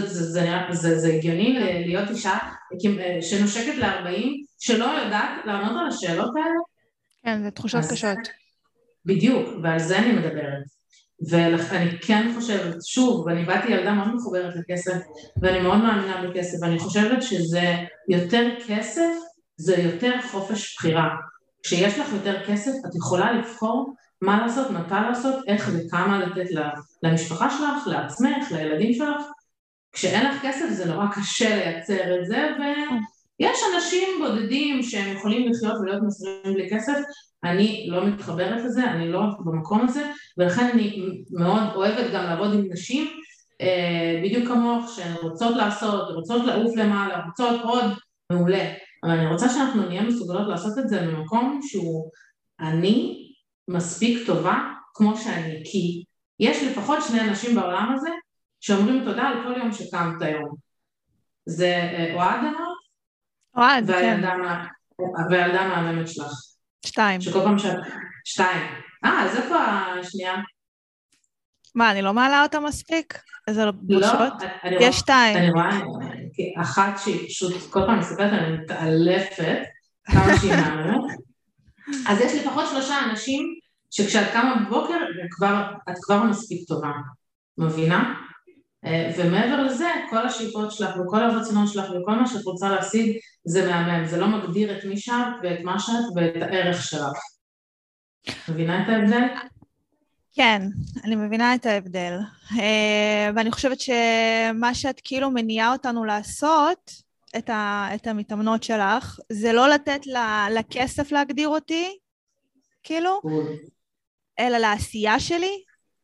זה הגיוני להיות אישה שנושקת ל-40, שלא יודעת לענות על השאלות האלה? כן, זה תחושות קשות. בדיוק, ועל זה אני מדברת. ואני כן חושבת, שוב, ואני באתי ילדה מאוד מחוברת לכסף, ואני מאוד מאמינה בכסף, ואני חושבת שזה יותר כסף, זה יותר חופש בחירה. כשיש לך יותר כסף, את יכולה לבחור מה לעשות, מתי לעשות, איך וכמה לתת למשפחה שלך, לעצמך, לילדים שלך. כשאין לך כסף זה נורא קשה לייצר את זה, ויש אנשים בודדים שהם יכולים לחיות ולהיות מסורים בלי כסף, אני לא מתחברת לזה, אני לא במקום הזה, ולכן אני מאוד אוהבת גם לעבוד עם נשים, בדיוק כמוך, שהן רוצות לעשות, רוצות לעוף למעלה, רוצות עוד מעולה, אבל אני רוצה שאנחנו נהיה מסוגלות לעשות את זה במקום שהוא אני מספיק טובה כמו שאני, כי יש לפחות שני אנשים בעולם הזה, שאומרים תודה על כל יום שקמת היום. זה אוהד אמר? אוהד, כן. והילדה מהממת שלך. 2. שכל פעם 2. אז איפה השנייה? מה, אני לא מעלה אותה מספיק? איזה בושות? לא, יש 2. אני רואה, אחת שהיא פשוט כל פעם מספרת, אני מתעלפת, כמה שהיא מהממת. אז יש לפחות 3 אנשים, שכשאת קמה בבוקר, את כבר מספיק טובה. מבינה? ומעבר לזה, כל השאיפות שלך וכל הרצונות שלך וכל מה שאת רוצה להשיג, זה מהמם. זה לא מגדיר את מי שאת ואת מה שאת ואת הערך שלך. מבינה את ההבדל? כן, אני מבינה את ההבדל. ואני חושבת שמה שאת כאילו מניעה אותנו לעשות, את המתאמנות שלך, זה לא לתת לכסף להגדיר אותי, כאילו, אלא לעשייה שלי,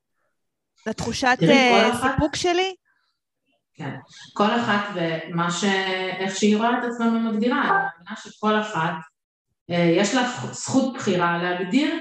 לתחושת סיפוק שלי. כן, כל אחת איך שהיא רואה את עצמה מגדירה, אני מאמינה שכל אחת, יש לך זכות בחירה להגדיר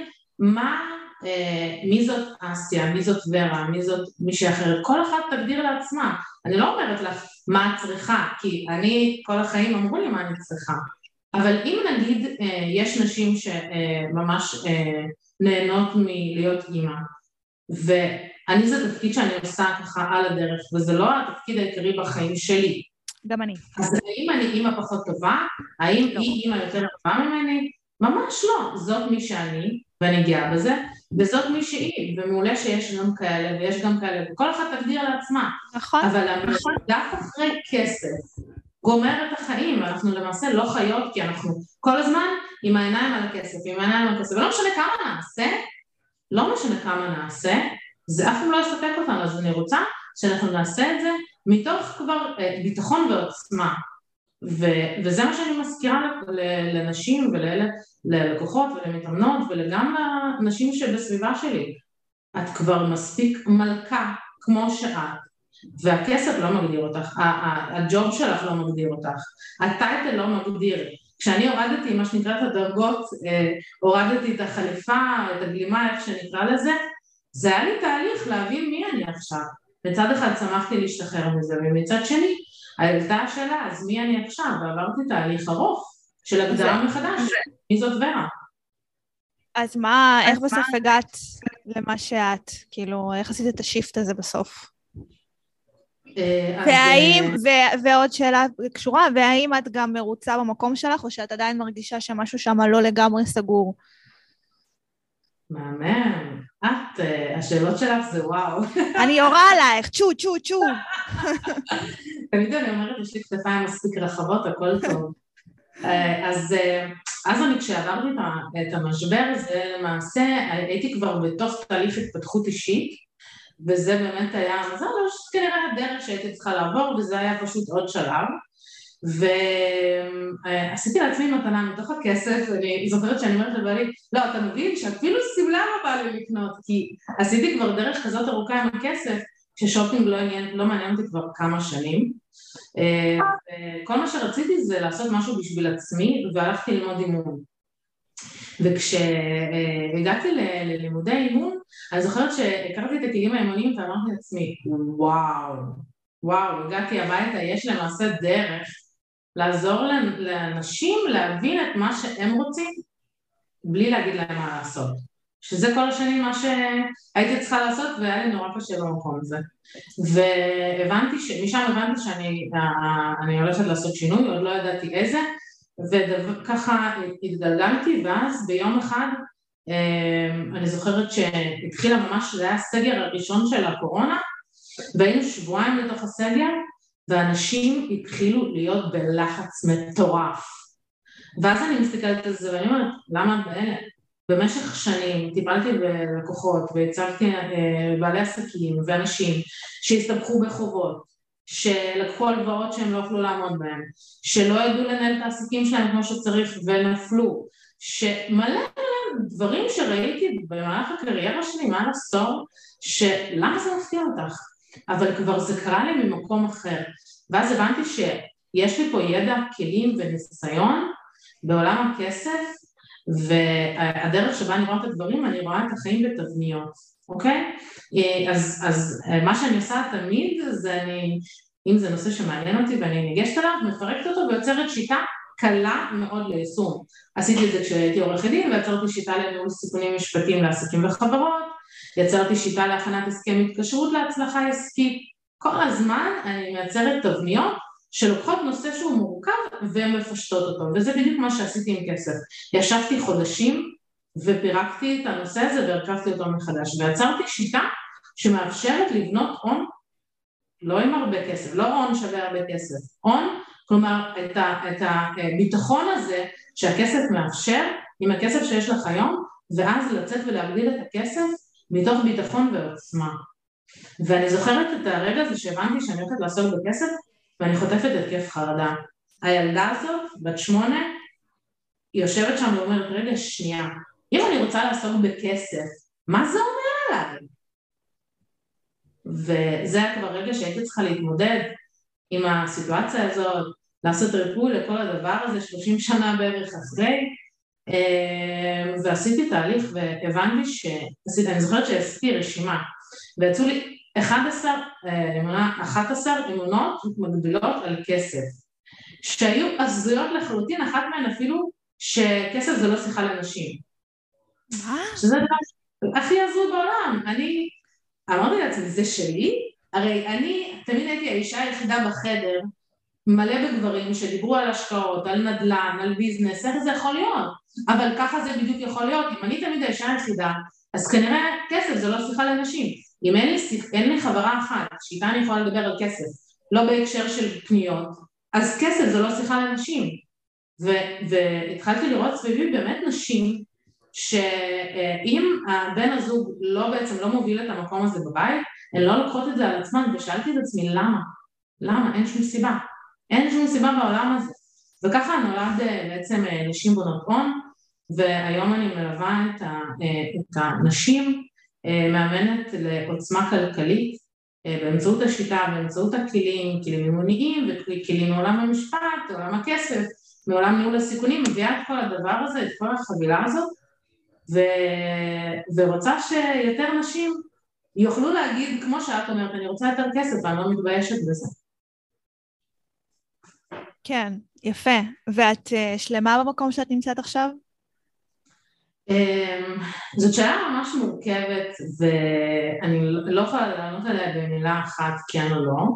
מי זאת אסיה, מי זאת ורה, מי זאת מישהי אחרת, כל אחת תגדיר לעצמה, אני לא אומרת לך מה את צריכה, כי אני כל החיים אמרו לי מה אני צריכה, אבל אם נגיד יש נשים שממש נהנות מלהיות אימא, ואני זה תפקיד שאני עושה ככה על הדרך, וזה לא התפקיד העיקרי בחיים שלי. גם אני. אז האם אני אימא פחות טובה? האם היא אימא יותר טובה ממני? ממש לא. זאת מי שאני, ואני גאה בזה, וזאת מי שהיא, ומעולה שיש גם כאלה, ויש גם כאלה, וכל אחד תגדיר לעצמה. נכון. אבל המרדף אחרי כסף גומר את החיים, ואנחנו למעשה לא חיות, כי אנחנו כל הזמן עם העיניים על הכסף, ולא משנה כמה נעשה, לא משנה כמה נעשה, זה אף פעם לא יספק אותנו, אז אני רוצה שאנחנו נעשה את זה מתוך כבר ביטחון ועוצמה, וזה מה שאני מזכירה לנשים וללקוחות ולמתאמנות ולגם לנשים שבסביבה שלי. את כבר מספיק מלכה כמו שאת, והכסף לא מגדיר אותך, הג'וב שלך לא מגדיר אותך, הטייטל לא מגדיר. כשאני הורדתי מה שנקרא את הדרגות, הורדתי את החליפה, את הגלימה, איך שנקרא לזה, זה היה לי תהליך להבין מי אני עכשיו. מצד אחד שמחתי להשתחרר מזה, ומצד שני, העלתה השאלה, אז מי אני עכשיו? ועברתי תהליך ארוך של הגדרה מחדש, מי זאת ורה? אז מה, איך בסוף הגעת למה שאת? כאילו, איך עשית את השיפט הזה בסוף? והאם, ועוד שאלה קשורה, והאם את גם מרוצה במקום שלך, או שאת עדיין מרגישה שמשהו שם לא לגמרי סגור? מאמן, השאלות שלך זה וואו. אני יורה עלייך, צ'ו, צ'ו, צ'ו. תמיד אני אומרת, יש לי כתפיים מספיק רחבות, הכל טוב. אז אני כשעברתי את המשבר הזה, למעשה הייתי כבר בתוך תהליך התפתחות אישית, וזה באמת היה, זה לא כנראה הדרך שהייתי צריכה לעבור, וזה היה פשוט עוד שלב, ועשיתי לעצמי מתנה מתוך הכסף, אני זוכרת שאני אומרת לבעלי, לא, אתה מבין שאפילו סמלה לא בא לי לקנות, כי עשיתי כבר דרך כזאת ארוכה עם הכסף, ששופינג לא מעניין אותי כבר כמה שנים, כל מה שרציתי זה לעשות משהו בשביל עצמי, והלכתי ללמוד אימון. וכשהגעתי ללימודי אימון, אני זוכרת שהכרתי את הכלים האימוניים ואמרתי לעצמי, וואו, הגעתי הביתה, יש למעשה דרך לעזור לאנשים להבין את מה שהם רוצים, בלי להגיד להם מה לעשות. שזה כל השנים מה שהייתי צריכה לעשות, והיה לי נורא קשה במקום הזה. והבנתי, משם הבנתי שאני הולכת לעשות שינוי, עוד לא ידעתי איזה, וככה התגלגלתי, ואז ביום אחד, אני זוכרת שהתחילה ממש, זה היה הסגר הראשון של הקורונה, והיינו שבועיים לתוך הסגר, ואנשים התחילו להיות בלחץ מטורף. ואז אני מסתכלת על זה, ואני אומרת, למה באלה? במשך שנים טיפלתי בלקוחות, והצגתי בעלי עסקים ואנשים שהסתבכו בחובות, שלקחו הלוואות שהם לא יכלו לעמוד בהם, שלא ידעו לנהל את העסקים שלהם כמו שצריך ונפלו, שמלא דברים שראיתי במהלך הקריירה שלי, מעל עשור, שלמה זה מפתיע אותך? אבל כבר זה קרה לי ממקום אחר, ואז הבנתי שיש לי פה ידע, כלים וניסיון בעולם הכסף, והדרך שבה אני רואה את הדברים, אני רואה את החיים בתבניות, אוקיי? אז מה שאני עושה תמיד, זה אם זה נושא שמעניין אותי ואני ניגשת עליו, מפרקת אותו ויוצרת שיטה קלה מאוד ליישום. עשיתי את זה כשהייתי עורכת דין, ויצרתי שיטה לניהול סיכונים משפטיים לעסקים וחברות, יצרתי שיטה להכנת הסכם התקשרות להצלחה עסקית, כל הזמן אני מייצרת תבניות, שלוקחות נושא שהוא מורכב ומפשטות אותו, וזה בדיוק מה שעשיתי עם כסף. ישבתי חודשים ופירקתי את הנושא הזה והרכבתי אותו מחדש, ויצרתי שיטה שמאפשרת לבנות הון, לא עם הרבה כסף, לא הון שווה הרבה כסף, הון, כלומר את הביטחון הזה שהכסף מאפשר עם הכסף שיש לך היום, ואז לצאת ולהגדיל את הכסף מתוך ביטחון ועוצמה. ואני זוכרת את הרגע הזה שהבנתי שאני הולכת לעסוק בכסף, ואני חוטפת התקף חרדה. הילדה הזאת, בת 8, היא יושבת שם ואומרת, רגע, שנייה, אם אני רוצה לעסוק בכסף, מה זה אומר עליי? וזה היה כבר רגע שהייתי צריכה להתמודד עם הסיטואציה הזאת, לעשות ריפוי לכל הדבר הזה, 30 שנה בערך אחרי, ועשיתי תהליך והבנתי אני זוכרת שעשיתי רשימה, ויצאו לי 11 אמונות מקבילות על כסף, שהיו הזויות לחלוטין, אחת מהן אפילו שכסף זה לא שיחה לנשים. מה? שזה דבר הכי הזוי בעולם. אני אמרתי לעצמי, זה שלי? הרי אני תמיד הייתי האישה היחידה בחדר, מלא בגברים שדיברו על השקעות, על נדל"ן, על ביזנס, איך זה יכול להיות? אבל ככה זה בדיוק יכול להיות. אם אני תמיד האישה היחידה, אז כנראה כסף זה לא שיחה לנשים. אם אין לי חברה אחת שאיתה אני יכולה לדבר על כסף, לא בהקשר של קניות, אז כסף זה לא שיחה לנשים. והתחלתי לראות סביבי באמת נשים שאם הבן הזוג בעצם לא מוביל את המקום הזה בבית, הן לא לוקחות את זה על עצמן, ושאלתי את עצמי למה? למה? אין שום סיבה. אין שום סיבה בעולם הזה. וככה נולד בעצם נשים בונות הון, והיום אני מלווה את הנשים, מאמנת לעוצמה כלכלית, באמצעות השיטה, באמצעות הכלים, כלים מימוניים וכלים מעולם המשפט, עולם הכסף, מעולם ניהול הסיכונים, מביאה את כל הדבר הזה, את כל החבילה הזאת, ורוצה שיותר נשים יוכלו להגיד, כמו שאת אומרת, אני רוצה יותר כסף, ואני לא מתביישת בזה. כן, יפה. ואת שלמה במקום שאת נמצאת עכשיו? זאת שאלה ממש מורכבת, ואני לא יכולה לענות עליה במילה אחת, כן או לא.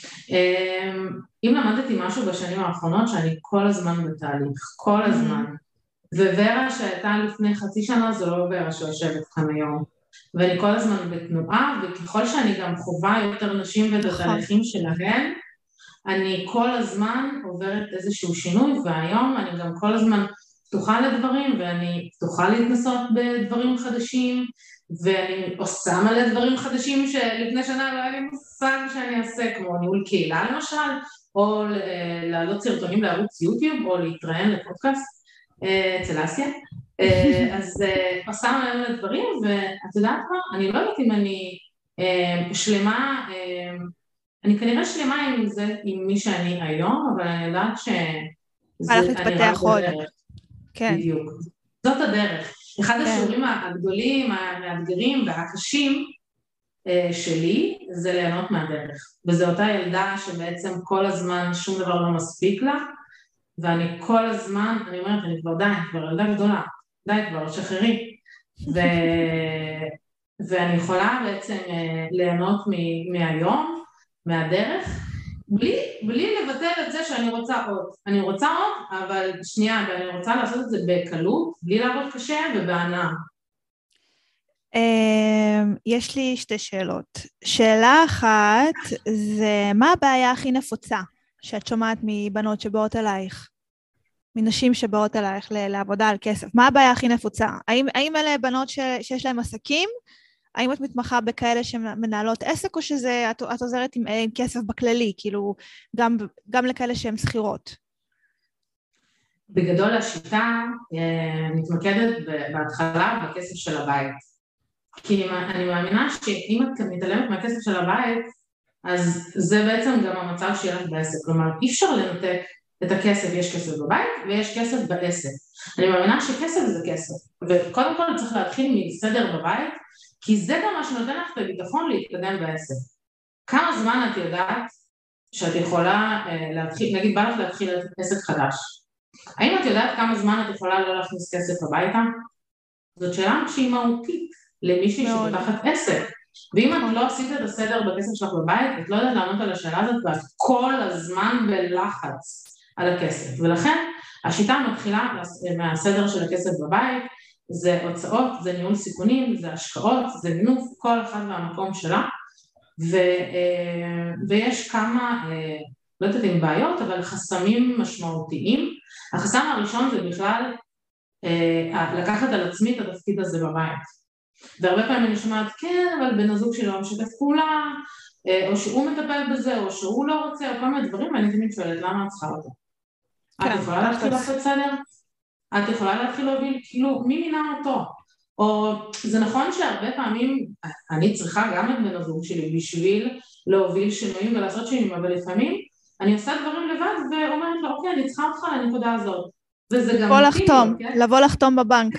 אם למדתי משהו בשנים האחרונות, שאני כל הזמן בתהליך, כל הזמן. ווורה שהייתה לפני חצי שנה, זו לא ורה שיושבת כאן היום. ואני כל הזמן בתנועה, וככל שאני גם חובה יותר נשים ואת התהליכים שלהן, אני כל הזמן עוברת איזשהו שינוי, והיום אני גם כל הזמן פתוחה לדברים, ואני פתוחה להתנסות בדברים חדשים, ואני עושה מלא דברים חדשים שלפני שנה לא היה לי מושג שאני אעשה, כמו ניהול קהילה למשל, או להעלות סרטונים לערוץ יוטיוב, או להתראיין לפודקאסט אצל אסיה. אז עושה מלא דברים, ואת יודעת מה? אני לא יודעת אם אני שלמה, אני כנראה שלמה עם זה, עם מי שאני היום, אבל אני יודעת שזה... הלך להתפתח עוד. כן. בדיוק. זאת הדרך. אחד השיעורים הגדולים, המאתגרים והקשים שלי, זה ליהנות מהדרך. וזו אותה ילדה שבעצם כל הזמן שום דבר לא מספיק לה, ואני כל הזמן, אני אומרת, אני כבר ילדה גדולה, די כבר, שחררי. ואני יכולה בעצם ליהנות מהיום, מהדרך, בלי לבטל את זה שאני רוצה עוד. אני רוצה עוד, אבל שנייה, ואני רוצה לעשות את זה בקלות, בלי לעבוד קשה ובהנאה. יש לי שתי שאלות. שאלה אחת, זה מה הבעיה הכי נפוצה שאת שומעת מבנות שבאות אלייך? מנשים שבאות אלייך לעבודה על כסף? מה הבעיה הכי נפוצה? האם אלה בנות שיש להם עסקים? האם את מתמחה בכאלה שמנהלות עסק, או שזה, את עוזרת עם כסף בכללי, כאילו, גם לכאלה שהן שכירות? בגדול השיטה מתמקדת בהתחלה בכסף של הבית. כי אני מאמינה שאם את מתעלמת מהכסף של הבית, אז זה בעצם גם המצב שיהיה בעסק. כלומר, אי אפשר לנתק את הכסף, יש כסף בבית ויש כסף בעסק. אני מאמינה שכסף זה כסף. וקודם כל צריך להתחיל מסדר בבית, כי זה גם מה שנותן לך את הביטחון להתקדם בעסק. כמה זמן את יודעת שאת יכולה להתחיל, נגיד בא לך להתחיל עסק חדש. האם את יודעת כמה זמן את יכולה לא להכניס כסף הביתה? זאת שאלה שהיא מהותית למישהי שפתחת עסק. ואם את לא עשית את הסדר בכסף שלך בבית, את לא יודעת לענות על השאלה הזאת, ואת כל הזמן בלחץ על הכסף. ולכן השיטה מתחילה מהסדר של הכסף בבית, זה הוצאות, זה ניהול סיכונים, זה השקעות, זה מינוף, כל אחד והמקום שלה, ויש כמה, לא יודעת אם בעיות, אבל חסמים משמעותיים. החסם הראשון זה בכלל לקחת על עצמי את התפקיד הזה בבית. והרבה פעמים אני שומעת, כן, אבל בן הזוג שלי לא משתף פעולה, או שהוא מטפל בזה, או שהוא לא רוצה, או כל מיני דברים, ואני תמיד שואלת, למה את צריכה אותו? את יכולה להתחיל לעשות סדר? את יכולה להתחיל להוביל, כאילו, מי מינה אותו? או זה נכון שהרבה פעמים, אני צריכה גם את בן הזוג שלי בשביל להוביל שינויים ולעשות שינויים, אבל לפעמים אני עושה דברים לבד ואומרת לו, אוקיי, אני צריכה אותך לנקודה הזאת. וזה גם לבוא לחתום בבנק.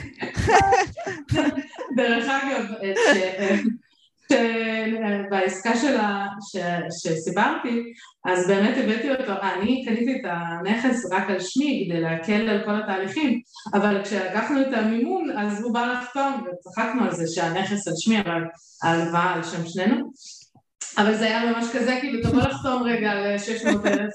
דרך אגב, בעסקה שסיברתי, אז באמת הבאתי אותו, אני קניתי את הנכס רק על שמי כדי להקל על כל התהליכים, אבל כשלקחנו את המימון, אז הוא בא לחתום, וצחקנו על זה שהנכס על שמי, אבל ההלוואה על שם שנינו, אבל זה היה ממש כזה, כאילו, תבוא לחתום רגע על 600,000.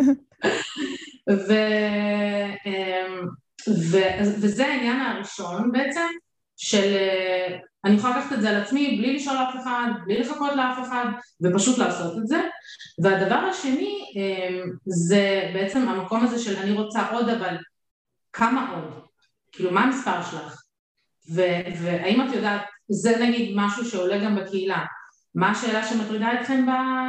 וזה העניין הראשון בעצם, של אני יכולה לקחת את זה על עצמי בלי לשאול אף אחד, בלי לחכות לאף אחד, ופשוט לעשות את זה. והדבר השני, זה בעצם המקום הזה של אני רוצה עוד, אבל כמה עוד? כאילו, מה המספר שלך? והאם את יודעת, זה נגיד משהו שעולה גם בקהילה, מה השאלה שמטרידה אתכם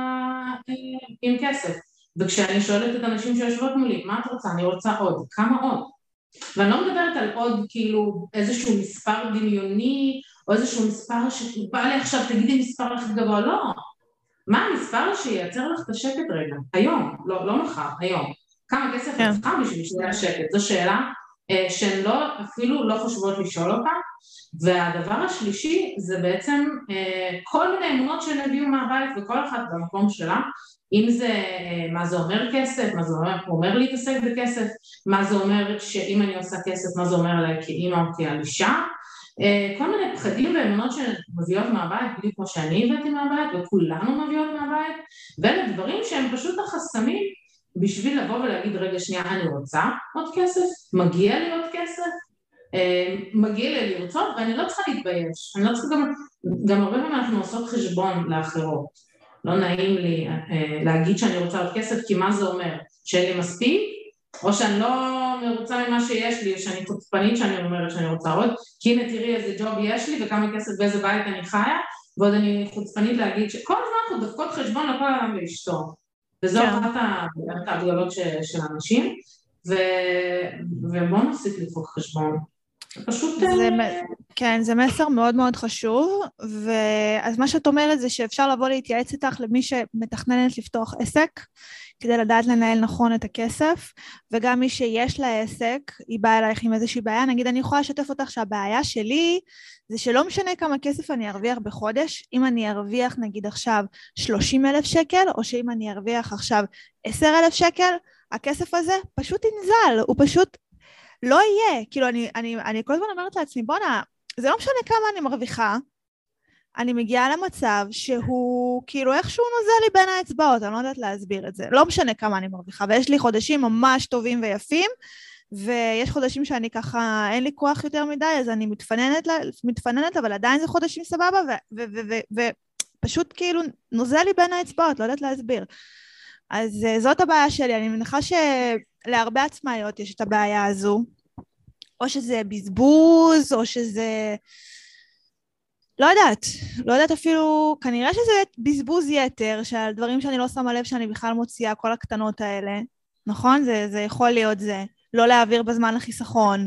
עם כסף? וכשאני שואלת את אנשים שיושבות מולי, מה את רוצה? אני רוצה עוד, כמה עוד? ואני לא מדברת על עוד כאילו איזשהו מספר דמיוני, או איזשהו מספר שבא לי עכשיו, תגידי מספר הכי גבוה, לא. מה המספר שייצר לך את השקט רגע? היום, לא מחר, היום. כמה כסף את צריכה בשביל שיהיה השקט? זו שאלה שהן אפילו לא חושבות לשאול אותה. והדבר השלישי זה בעצם כל מיני אמונות שהן הביאו מהבית, וכל אחת במקום שלה, אם זה מה זה אומר כסף, מה זה אומר להתעסק בכסף, מה זה אומר שאם אני עושה כסף, מה זה אומר עליי כאימא או כעל אישה, כל מיני פחדים ואמונות שמביאות מהבית, בדיוק כמו שאני הבאתי מהבית, וכולנו מביאות מהבית, ואלה דברים שהם פשוט החסמים בשביל לבוא ולהגיד, רגע שנייה, אני רוצה עוד כסף, מגיע לי עוד כסף, מגיע לי לרצות, ואני לא צריכה להתבייש, אני לא צריכה גם הרבה פעמים אנחנו עושות חשבון לאחרות, לא נעים לי להגיד שאני רוצה עוד כסף, כי מה זה אומר? שאין לי מספיק, או שאני לא מרוצה ממה שיש לי, או שאני חוצפנית שאני אומרת שאני רוצה עוד, כי הנה תראי איזה ג'וב יש לי, וכמה כסף באיזה בית אני חיה, ועוד אני חוצפנית להגיד שכל הזמן אנחנו דופקות חשבון לכל אדם ואשתו, וזו אחת הגדולות של האנשים, ובואו נפסיק לדפוק חשבון. פשוט... כן, זה מסר מאוד מאוד חשוב, אז מה שאת אומרת זה שאפשר לבוא להתייעץ איתך למי שמתכננת לפתוח עסק, כדי לדעת לנהל נכון את הכסף, וגם מי שיש לה עסק, היא באה אלייך עם איזושהי בעיה, נגיד אני יכולה לשתף אותך שהבעיה שלי, זה שלא משנה כמה כסף אני ארוויח בחודש, אם אני ארוויח נגיד עכשיו 30,000 שקל, או שאם אני ארוויח עכשיו 10,000 שקל, הכסף הזה פשוט ינזל, הוא פשוט לא יהיה, כאילו אני כל הזמן אומרת לעצמי, בונה, זה לא משנה כמה אני מרוויחה, אני מגיעה למצב שהוא כאילו איכשהו נוזל לי בין האצבעות, אני לא יודעת להסביר את זה, לא משנה כמה אני מרוויחה, ויש לי חודשים ממש טובים ויפים, ויש חודשים שאני ככה, אין לי כוח יותר מדי, אז אני מתפננת, אבל עדיין זה חודשים סבבה, ופשוט כאילו נוזל לי בין האצבעות, לא יודעת להסביר. אז זאת הבעיה שלי, אני מניחה שלהרבה עצמאיות יש את הבעיה הזו, או שזה בזבוז, או שזה... לא יודעת אפילו, כנראה שזה בזבוז יתר, שעל דברים שאני לא שמה לב שאני בכלל מוציאה, כל הקטנות האלה, נכון? זה יכול להיות זה, לא להעביר בזמן לחיסכון.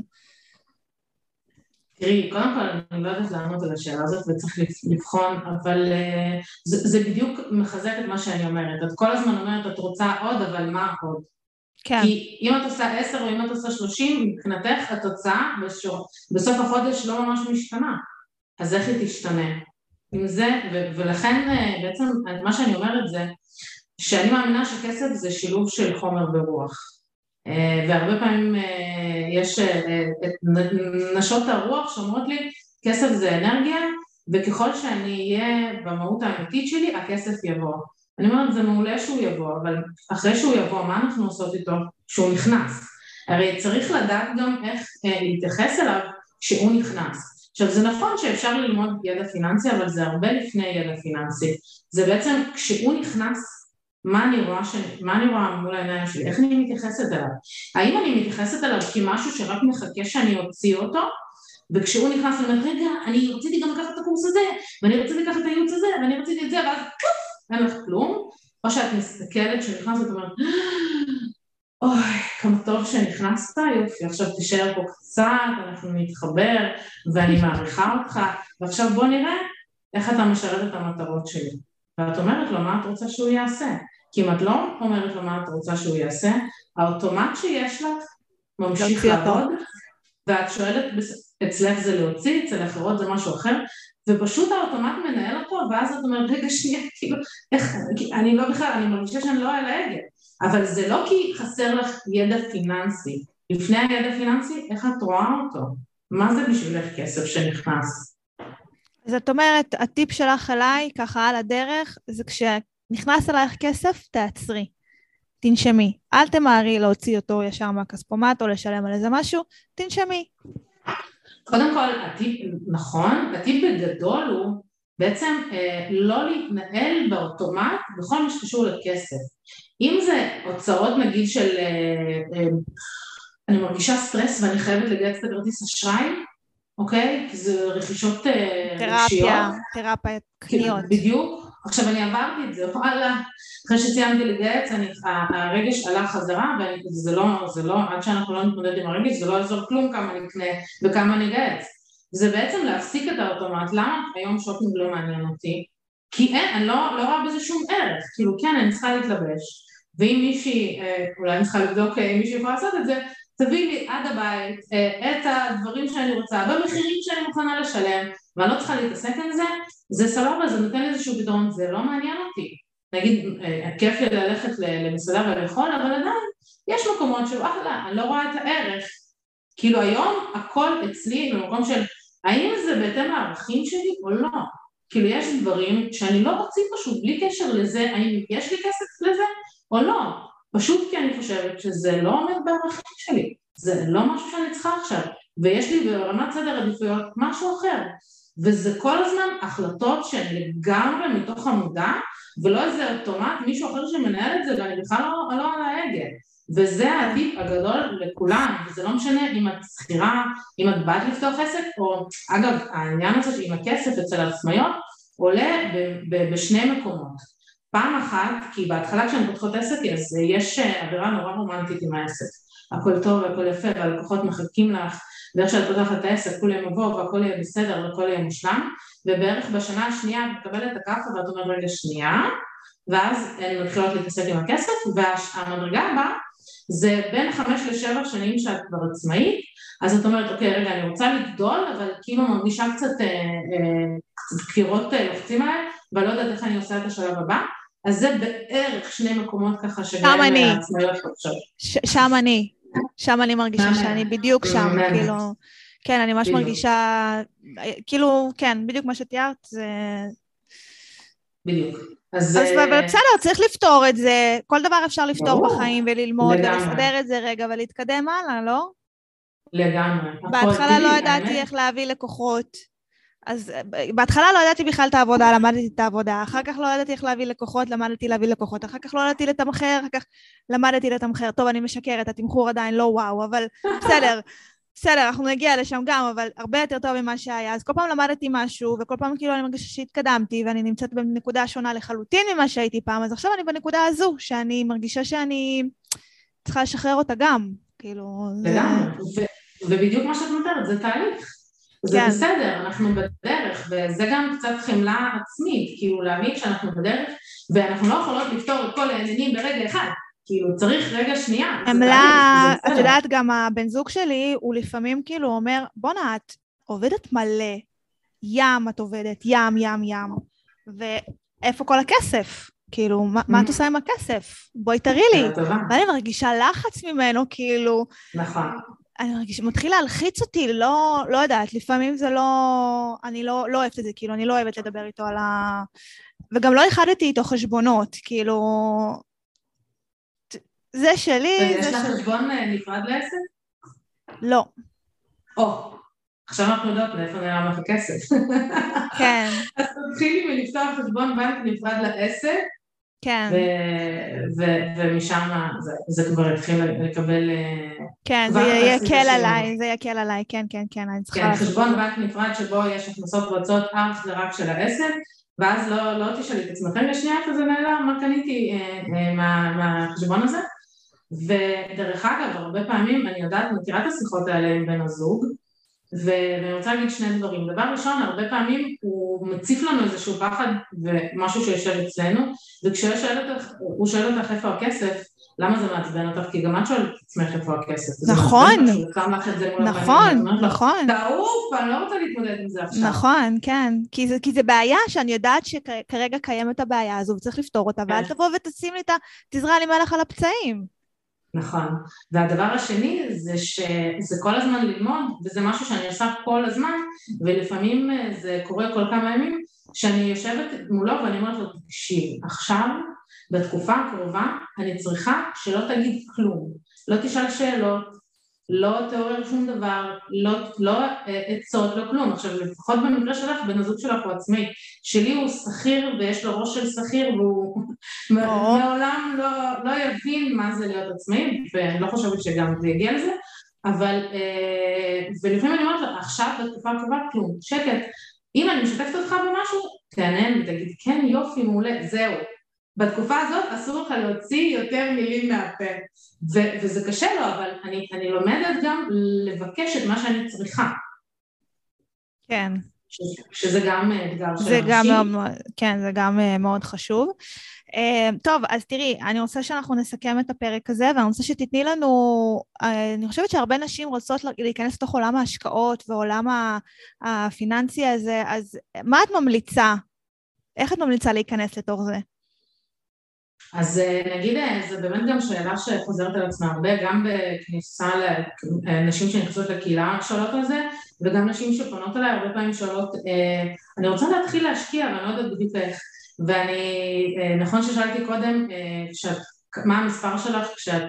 תראי, קודם כל אני לא יודעת לענות על השאלה הזאת וצריך לבחון, אבל זה בדיוק מחזק את מה שאני אומרת. את כל הזמן אומרת, את רוצה עוד, אבל מה עוד? כן. כי אם את עושה 10 או אם את עושה 30, מבחינתך התוצאה בסוף החודש לא ממש משתנה. אז איך היא תשתנה? עם זה, ולכן בעצם מה שאני אומרת זה, שאני מאמינה שכסף זה שילוב של חומר ורוח. והרבה פעמים יש את נשות הרוח שאומרות לי, כסף זה אנרגיה, וככל שאני אהיה במהות האמיתית שלי, הכסף יבוא. אני אומרת, זה מעולה שהוא יבוא, אבל אחרי שהוא יבוא, מה אנחנו עושות איתו? שהוא נכנס. הרי צריך לדעת גם איך להתייחס אליו כשהוא נכנס. עכשיו, זה נכון שאפשר ללמוד ידע פיננסי, אבל זה הרבה לפני ידע פיננסי. זה בעצם כשהוא נכנס, מה אני רואה מול העיניים שלי? איך אני מתייחסת אליו? האם אני מתייחסת אליו כמשהו שרק מחכה שאני אוציא אותו? וכשהוא נכנס, אני אומרת, רגע, אני רציתי גם לקחת את הקורס הזה, ואני רציתי לקחת את הייעוץ הזה, ואני רציתי את זה, ואז פוף, אין לך כלום. או שאת מסתכלת שנכנסת, ואת אומרת, אוי, כמה טוב שנכנסת, יופי, עכשיו תישאר פה קצת, אנחנו נתחבר, ואני מעריכה אותך, ועכשיו בוא נראה איך אתה משרת את המטרות שלי. ואת אומרת לו מה את רוצה שהוא יעשה. כי אם את לא אומרת לו מה את רוצה שהוא יעשה, האוטומט שיש לך ממשיך לעבוד, ואת שואלת, אצלך זה להוציא, אצל אחרות זה משהו אחר, ופשוט האוטומט מנהל אותו, ואז את אומרת, רגע שנייה, כאילו, איך, אני לא בכלל, אני מרגישה שאני לא על ההגה, אבל זה לא כי חסר לך ידע פיננסי. לפני הידע פיננסי, איך את רואה אותו? מה זה בשבילך כסף שנכנס? אז את אומרת, הטיפ שלך אליי, ככה על הדרך, זה כשנכנס אלייך כסף, תעצרי, תנשמי. אל תמהרי להוציא אותו ישר מהכספומט, או לשלם על איזה משהו, תנשמי. קודם כל, הטיפ, נכון, הטיפ בגדול הוא בעצם לא להתנהל באוטומט בכל מה שקשור לכסף. אם זה הוצאות נגיד של, אני מרגישה סטרס ואני חייבת לגייס את הכרטיס אשראי, אוקיי? כי זה רכישות רגשיות. תרפיה, קניות. בדיוק. עכשיו אני עברתי את זה, וואלה, אחרי שסיימתי לגייס, הרגש עלה חזרה, וזה לא, עד שאנחנו לא נתמודד עם הרגש, זה לא יעזור כלום כמה נקנה וכמה נגייס. זה בעצם להפסיק את האוטומט. למה היום שופינג לא מעניין אותי? כי אני לא רואה בזה שום ערך. כאילו כן, אני צריכה להתלבש, ואם מישהי, אולי אני צריכה לבדוק אם מישהי יכולה לעשות את זה, תביא לי עד הבית את הדברים שאני רוצה, במחירים שאני מוכנה לשלם, ואני לא צריכה להתעסק עם זה, זה סבבה, זה נותן איזשהו פתרון, זה לא מעניין אותי. נגיד, כיף לי ללכת למסעדה ולאכול, אבל עדיין יש מקומות שאחלה, אני לא רואה את הערך. כאילו היום הכל אצלי במקום של, האם זה בהתאם לערכים שלי או לא? כאילו יש דברים שאני לא רוצה פשוט, בלי קשר לזה, האם יש לי כסף לזה או לא? פשוט כי אני חושבת שזה לא עומד בערכים שלי, זה לא משהו שאני צריכה עכשיו, ויש לי ברמת סדר עדיפויות משהו אחר. וזה כל הזמן החלטות שהן לגמרי מתוך המודע, ולא איזה אוטומט, מישהו אחר שמנהל את זה, ואני בכלל לא על ההגה. וזה הטיפ הגדול לכולם, וזה לא משנה אם את שכירה, אם את באת לפתוח עסק, או אגב, העניין הזה עם הכסף אצל העצמאיות, עולה בשני מקומות. פעם אחת, כי בהתחלה כשאני פותחות עסק, אז יש אווירה נורא רומנטית עם העסק. הכל טוב והכל יפה, והלקוחות מחכים לך, ואיך שאת פותחת את העסק, כולם יבואו והכל יהיה בסדר והכל יהיה מושלם, ובערך בשנה השנייה את מקבלת את הככה ואת אומרת רגע שנייה, ואז הן מתחילות להתעסק עם הכסף, והמדרגה הבאה זה בין 5 ל7 שנים שאת כבר עצמאית, אז את אומרת אוקיי רגע אני רוצה לגדול, אבל כאילו מרגישה קצת קירות לוחצים עליי, ואני לא יודעת איך אני עושה את השלב הבא, אז זה בערך שני מקומות ככה שגם העצמאיות חופשות. שם אני מרגישה שאני בדיוק שם, כאילו, כן, אני ממש מרגישה, כאילו, כן, בדיוק מה שתיארת, זה... בדיוק. אז בסדר, צריך לפתור את זה, כל דבר אפשר לפתור בחיים וללמוד ולסדר את זה רגע ולהתקדם הלאה, לא? לגמרי. בהתחלה לא ידעתי איך להביא לקוחות, אז בהתחלה לא ידעתי בכלל את העבודה, למדתי את העבודה, אחר כך לא ידעתי איך להביא לקוחות, למדתי להביא לקוחות, אחר כך לא ידעתי לתמחר, אחר כך למדתי לתמחר, טוב אני משקרת, התמחור עדיין לא וואו, אבל בסדר, אנחנו נגיע לשם גם, אבל הרבה יותר טוב ממה שהיה, אז כל פעם למדתי משהו, וכל פעם כאילו אני מרגישה שהתקדמתי, ואני נמצאת בנקודה שונה לחלוטין ממה שהייתי פעם, אז עכשיו אני בנקודה הזו, שאני מרגישה שאני צריכה לשחרר אותה גם, כאילו... ובדיוק מה שאת נותנת, זה תהליך. זה בסדר, אנחנו בדרך, וזה גם קצת חמלה עצמית, כאילו להבין שאנחנו בדרך, ואנחנו לא יכולות לפתור את כל העניינים ברגע אחד, כאילו צריך רגע שנייה. חמלה, את יודעת גם הבן זוג שלי, הוא לפעמים כאילו אומר, בונה, את עובדת מלא, ים את עובדת, ים, ואיפה כל הכסף? כאילו, מה את עושה עם הכסף? בואי תראי לי. ואני מרגישה לחץ ממנו, כאילו... נכון. אני מרגישה, מתחיל להלחיץ אותי, לא יודעת, לפעמים זה לא, אני לא אוהבת את זה, כאילו, אני לא אוהבת לדבר איתו על ה... וגם לא החדתי איתו חשבונות, כאילו, זה שלי, יש לך חשבון נפרד לעסק? לא. עכשיו אנחנו יודעות לאיפה נראה לך כסף. כן. אז תתחילי מלפתוח חשבון בנק נפרד לעסק, כן. ומשם זה כבר התחיל לקבל... כן, זה יקל עליי, כן, אני צריכה... כן, חשבון בנק נפרד שבו יש הכנסות והוצאות אך ורק של העסק, ואז לא תשאלי את עצמכם לשנייה כזה נעלם, מה קניתי מהחשבון הזה? ודרך אגב, הרבה פעמים אני יודעת, מכירה את השיחות האלה עם בן הזוג, ואני רוצה להגיד שני דברים. דבר ראשון, הרבה פעמים הוא מציף לנו איזשהו פחד ומשהו שיושב אצלנו, וכשהוא שואל אותך איפה הכסף, למה זה מעצבן אותך? כי גם את שואלת את עצמך איפה הכסף. נכון. נכון. תעוף, אני לא רוצה להתמודד עם זה עכשיו. נכון, כן. כי זה בעיה שאני יודעת שכרגע קיימת הבעיה הזו, וצריך לפתור אותה, ואל תבוא ותשים לי תזרע לי מלח על הפצעים. נכון, והדבר השני זה שזה כל הזמן ללמוד, וזה משהו שאני עושה כל הזמן, ולפעמים זה קורה כל כמה ימים, שאני יושבת מולו ואני אומרת לו, תקשיב, עכשיו, בתקופה הקרובה, אני צריכה שלא תגיד כלום, לא תשאל שאלות, לא תעורר שום דבר, לא עצות, לא כלום. עכשיו, לפחות במקרה שלך, בן הזוג שלך הוא עצמאי, שלי הוא שכיר ויש לו ראש של שכיר, והוא מעולם לא יבין מה זה להיות עצמאי, ואני לא חושבת שגם זה יגיע לזה, אבל, ולפעמים אני אומרת לך, עכשיו בתקופה הקרובה כלום, שקט. אם אני משתפת אותך במשהו, תענן ותגיד, כן, יופי, מעולה, זהו. בתקופה הזאת אסור לך להוציא יותר מילים מהפה, וזה קשה לו, אבל אני לומדת גם לבקש את מה שאני צריכה. כן. שזה גם אתגר של זה גם, אנשים. כן, זה גם מאוד חשוב. טוב, אז תראי, אני רוצה שאנחנו נסכם את הפרק הזה, ואני רוצה שתתני לנו, אני חושבת שהרבה נשים רוצות להיכנס לתוך עולם ההשקעות ועולם הפיננסי הזה, אז מה את ממליצה? איך את ממליצה להיכנס לתוך זה? אז נגיד, זה באמת גם שאלה שחוזרת על עצמה הרבה, גם בכניסה לנשים שנכנסות לקהילה שואלות על זה, וגם נשים שפונות אליי הרבה פעמים שואלות, אני רוצה להתחיל להשקיע, אבל אני לא יודעת בדיוק איך, ואני, נכון ששאלתי קודם, מה המספר שלך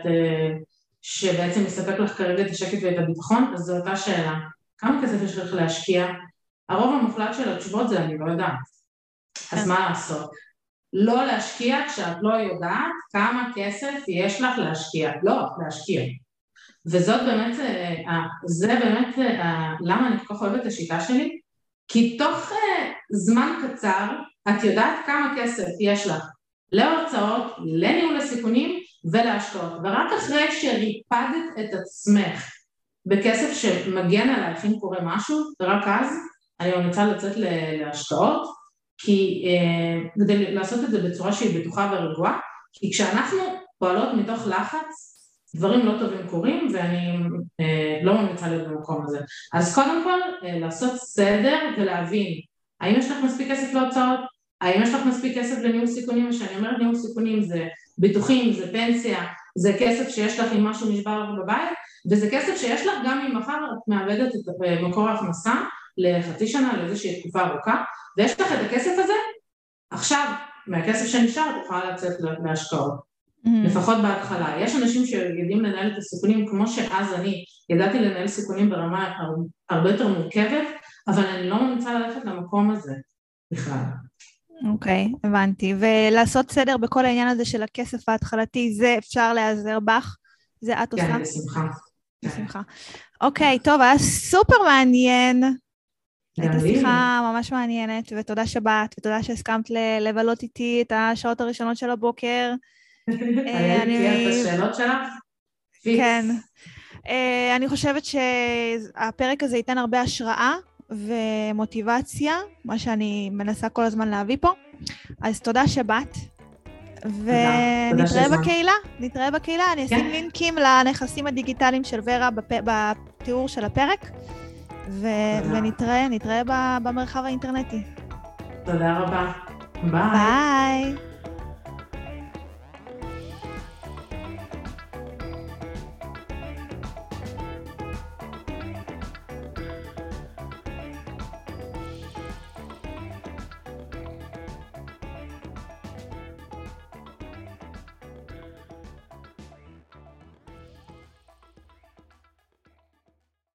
שבעצם מספק לך כרגע את השקט ואת הביטחון, אז זו אותה שאלה, כמה כסף יש לך להשקיע? הרוב המוחלט של התשובות זה אני לא יודעת, אז מה לעשות? לא להשקיע כשאת לא יודעת כמה כסף יש לך להשקיע, לא, להשקיע. וזאת באמת, זה באמת למה אני כל כך אוהבת את השיטה שלי, כי תוך זמן קצר את יודעת כמה כסף יש לך להוצאות, לניהול הסיכונים ולהשקעות, ורק אחרי שריפדת את עצמך בכסף שמגן עלייך אם קורה משהו, ורק אז אני ממליצה לצאת להשקעות, כי כדי לעשות את זה בצורה שהיא בטוחה ורגועה, כי כשאנחנו פועלות מתוך לחץ, דברים לא טובים קורים, ואני לא ממליצה להיות במקום הזה. אז קודם כל, לעשות סדר ולהבין, האם יש לך מספיק כסף להוצאות? האם יש לך מספיק כסף לניהול סיכונים? ושאני אומרת ניהול סיכונים זה ביטוחים, זה פנסיה, זה כסף שיש לך אם משהו נשבר לך בבית, וזה כסף שיש לך גם אם מחר את מאבדת את מקור ההכנסה לחצי שנה, לאיזושהי תקופה ארוכה, ויש לך את הכסף הזה, עכשיו, מהכסף שנשאר, את יכולה לצאת להשקעות. לפחות בהתחלה. יש אנשים שיודעים לנהל את הסיכונים, כמו שאז אני ידעתי לנהל סיכונים ברמה הרבה יותר מורכבת, אבל אני לא ממליצה ללכת למקום הזה בכלל. אוקיי, הבנתי. ולעשות סדר בכל העניין הזה של הכסף ההתחלתי, זה אפשר להיעזר בך? זה את עושה? כן, בשמחה. בשמחה. אוקיי, טוב, היה סופר מעניין. הייתה שיחה ממש מעניינת, ותודה שבאת, ותודה שהסכמת לבלות איתי את השעות הראשונות של הבוקר. היה לי כיף השאלות שלך? כן. אני חושבת שהפרק הזה ייתן הרבה השראה ומוטיבציה, מה שאני מנסה כל הזמן להביא פה. אז תודה שבאת, ונתראה בקהילה. נתראה בקהילה, אני אשים לינקים לנכסים הדיגיטליים של ורה בתיאור של הפרק. ונתראה במרחב האינטרנטי. תודה רבה. ביי. ביי.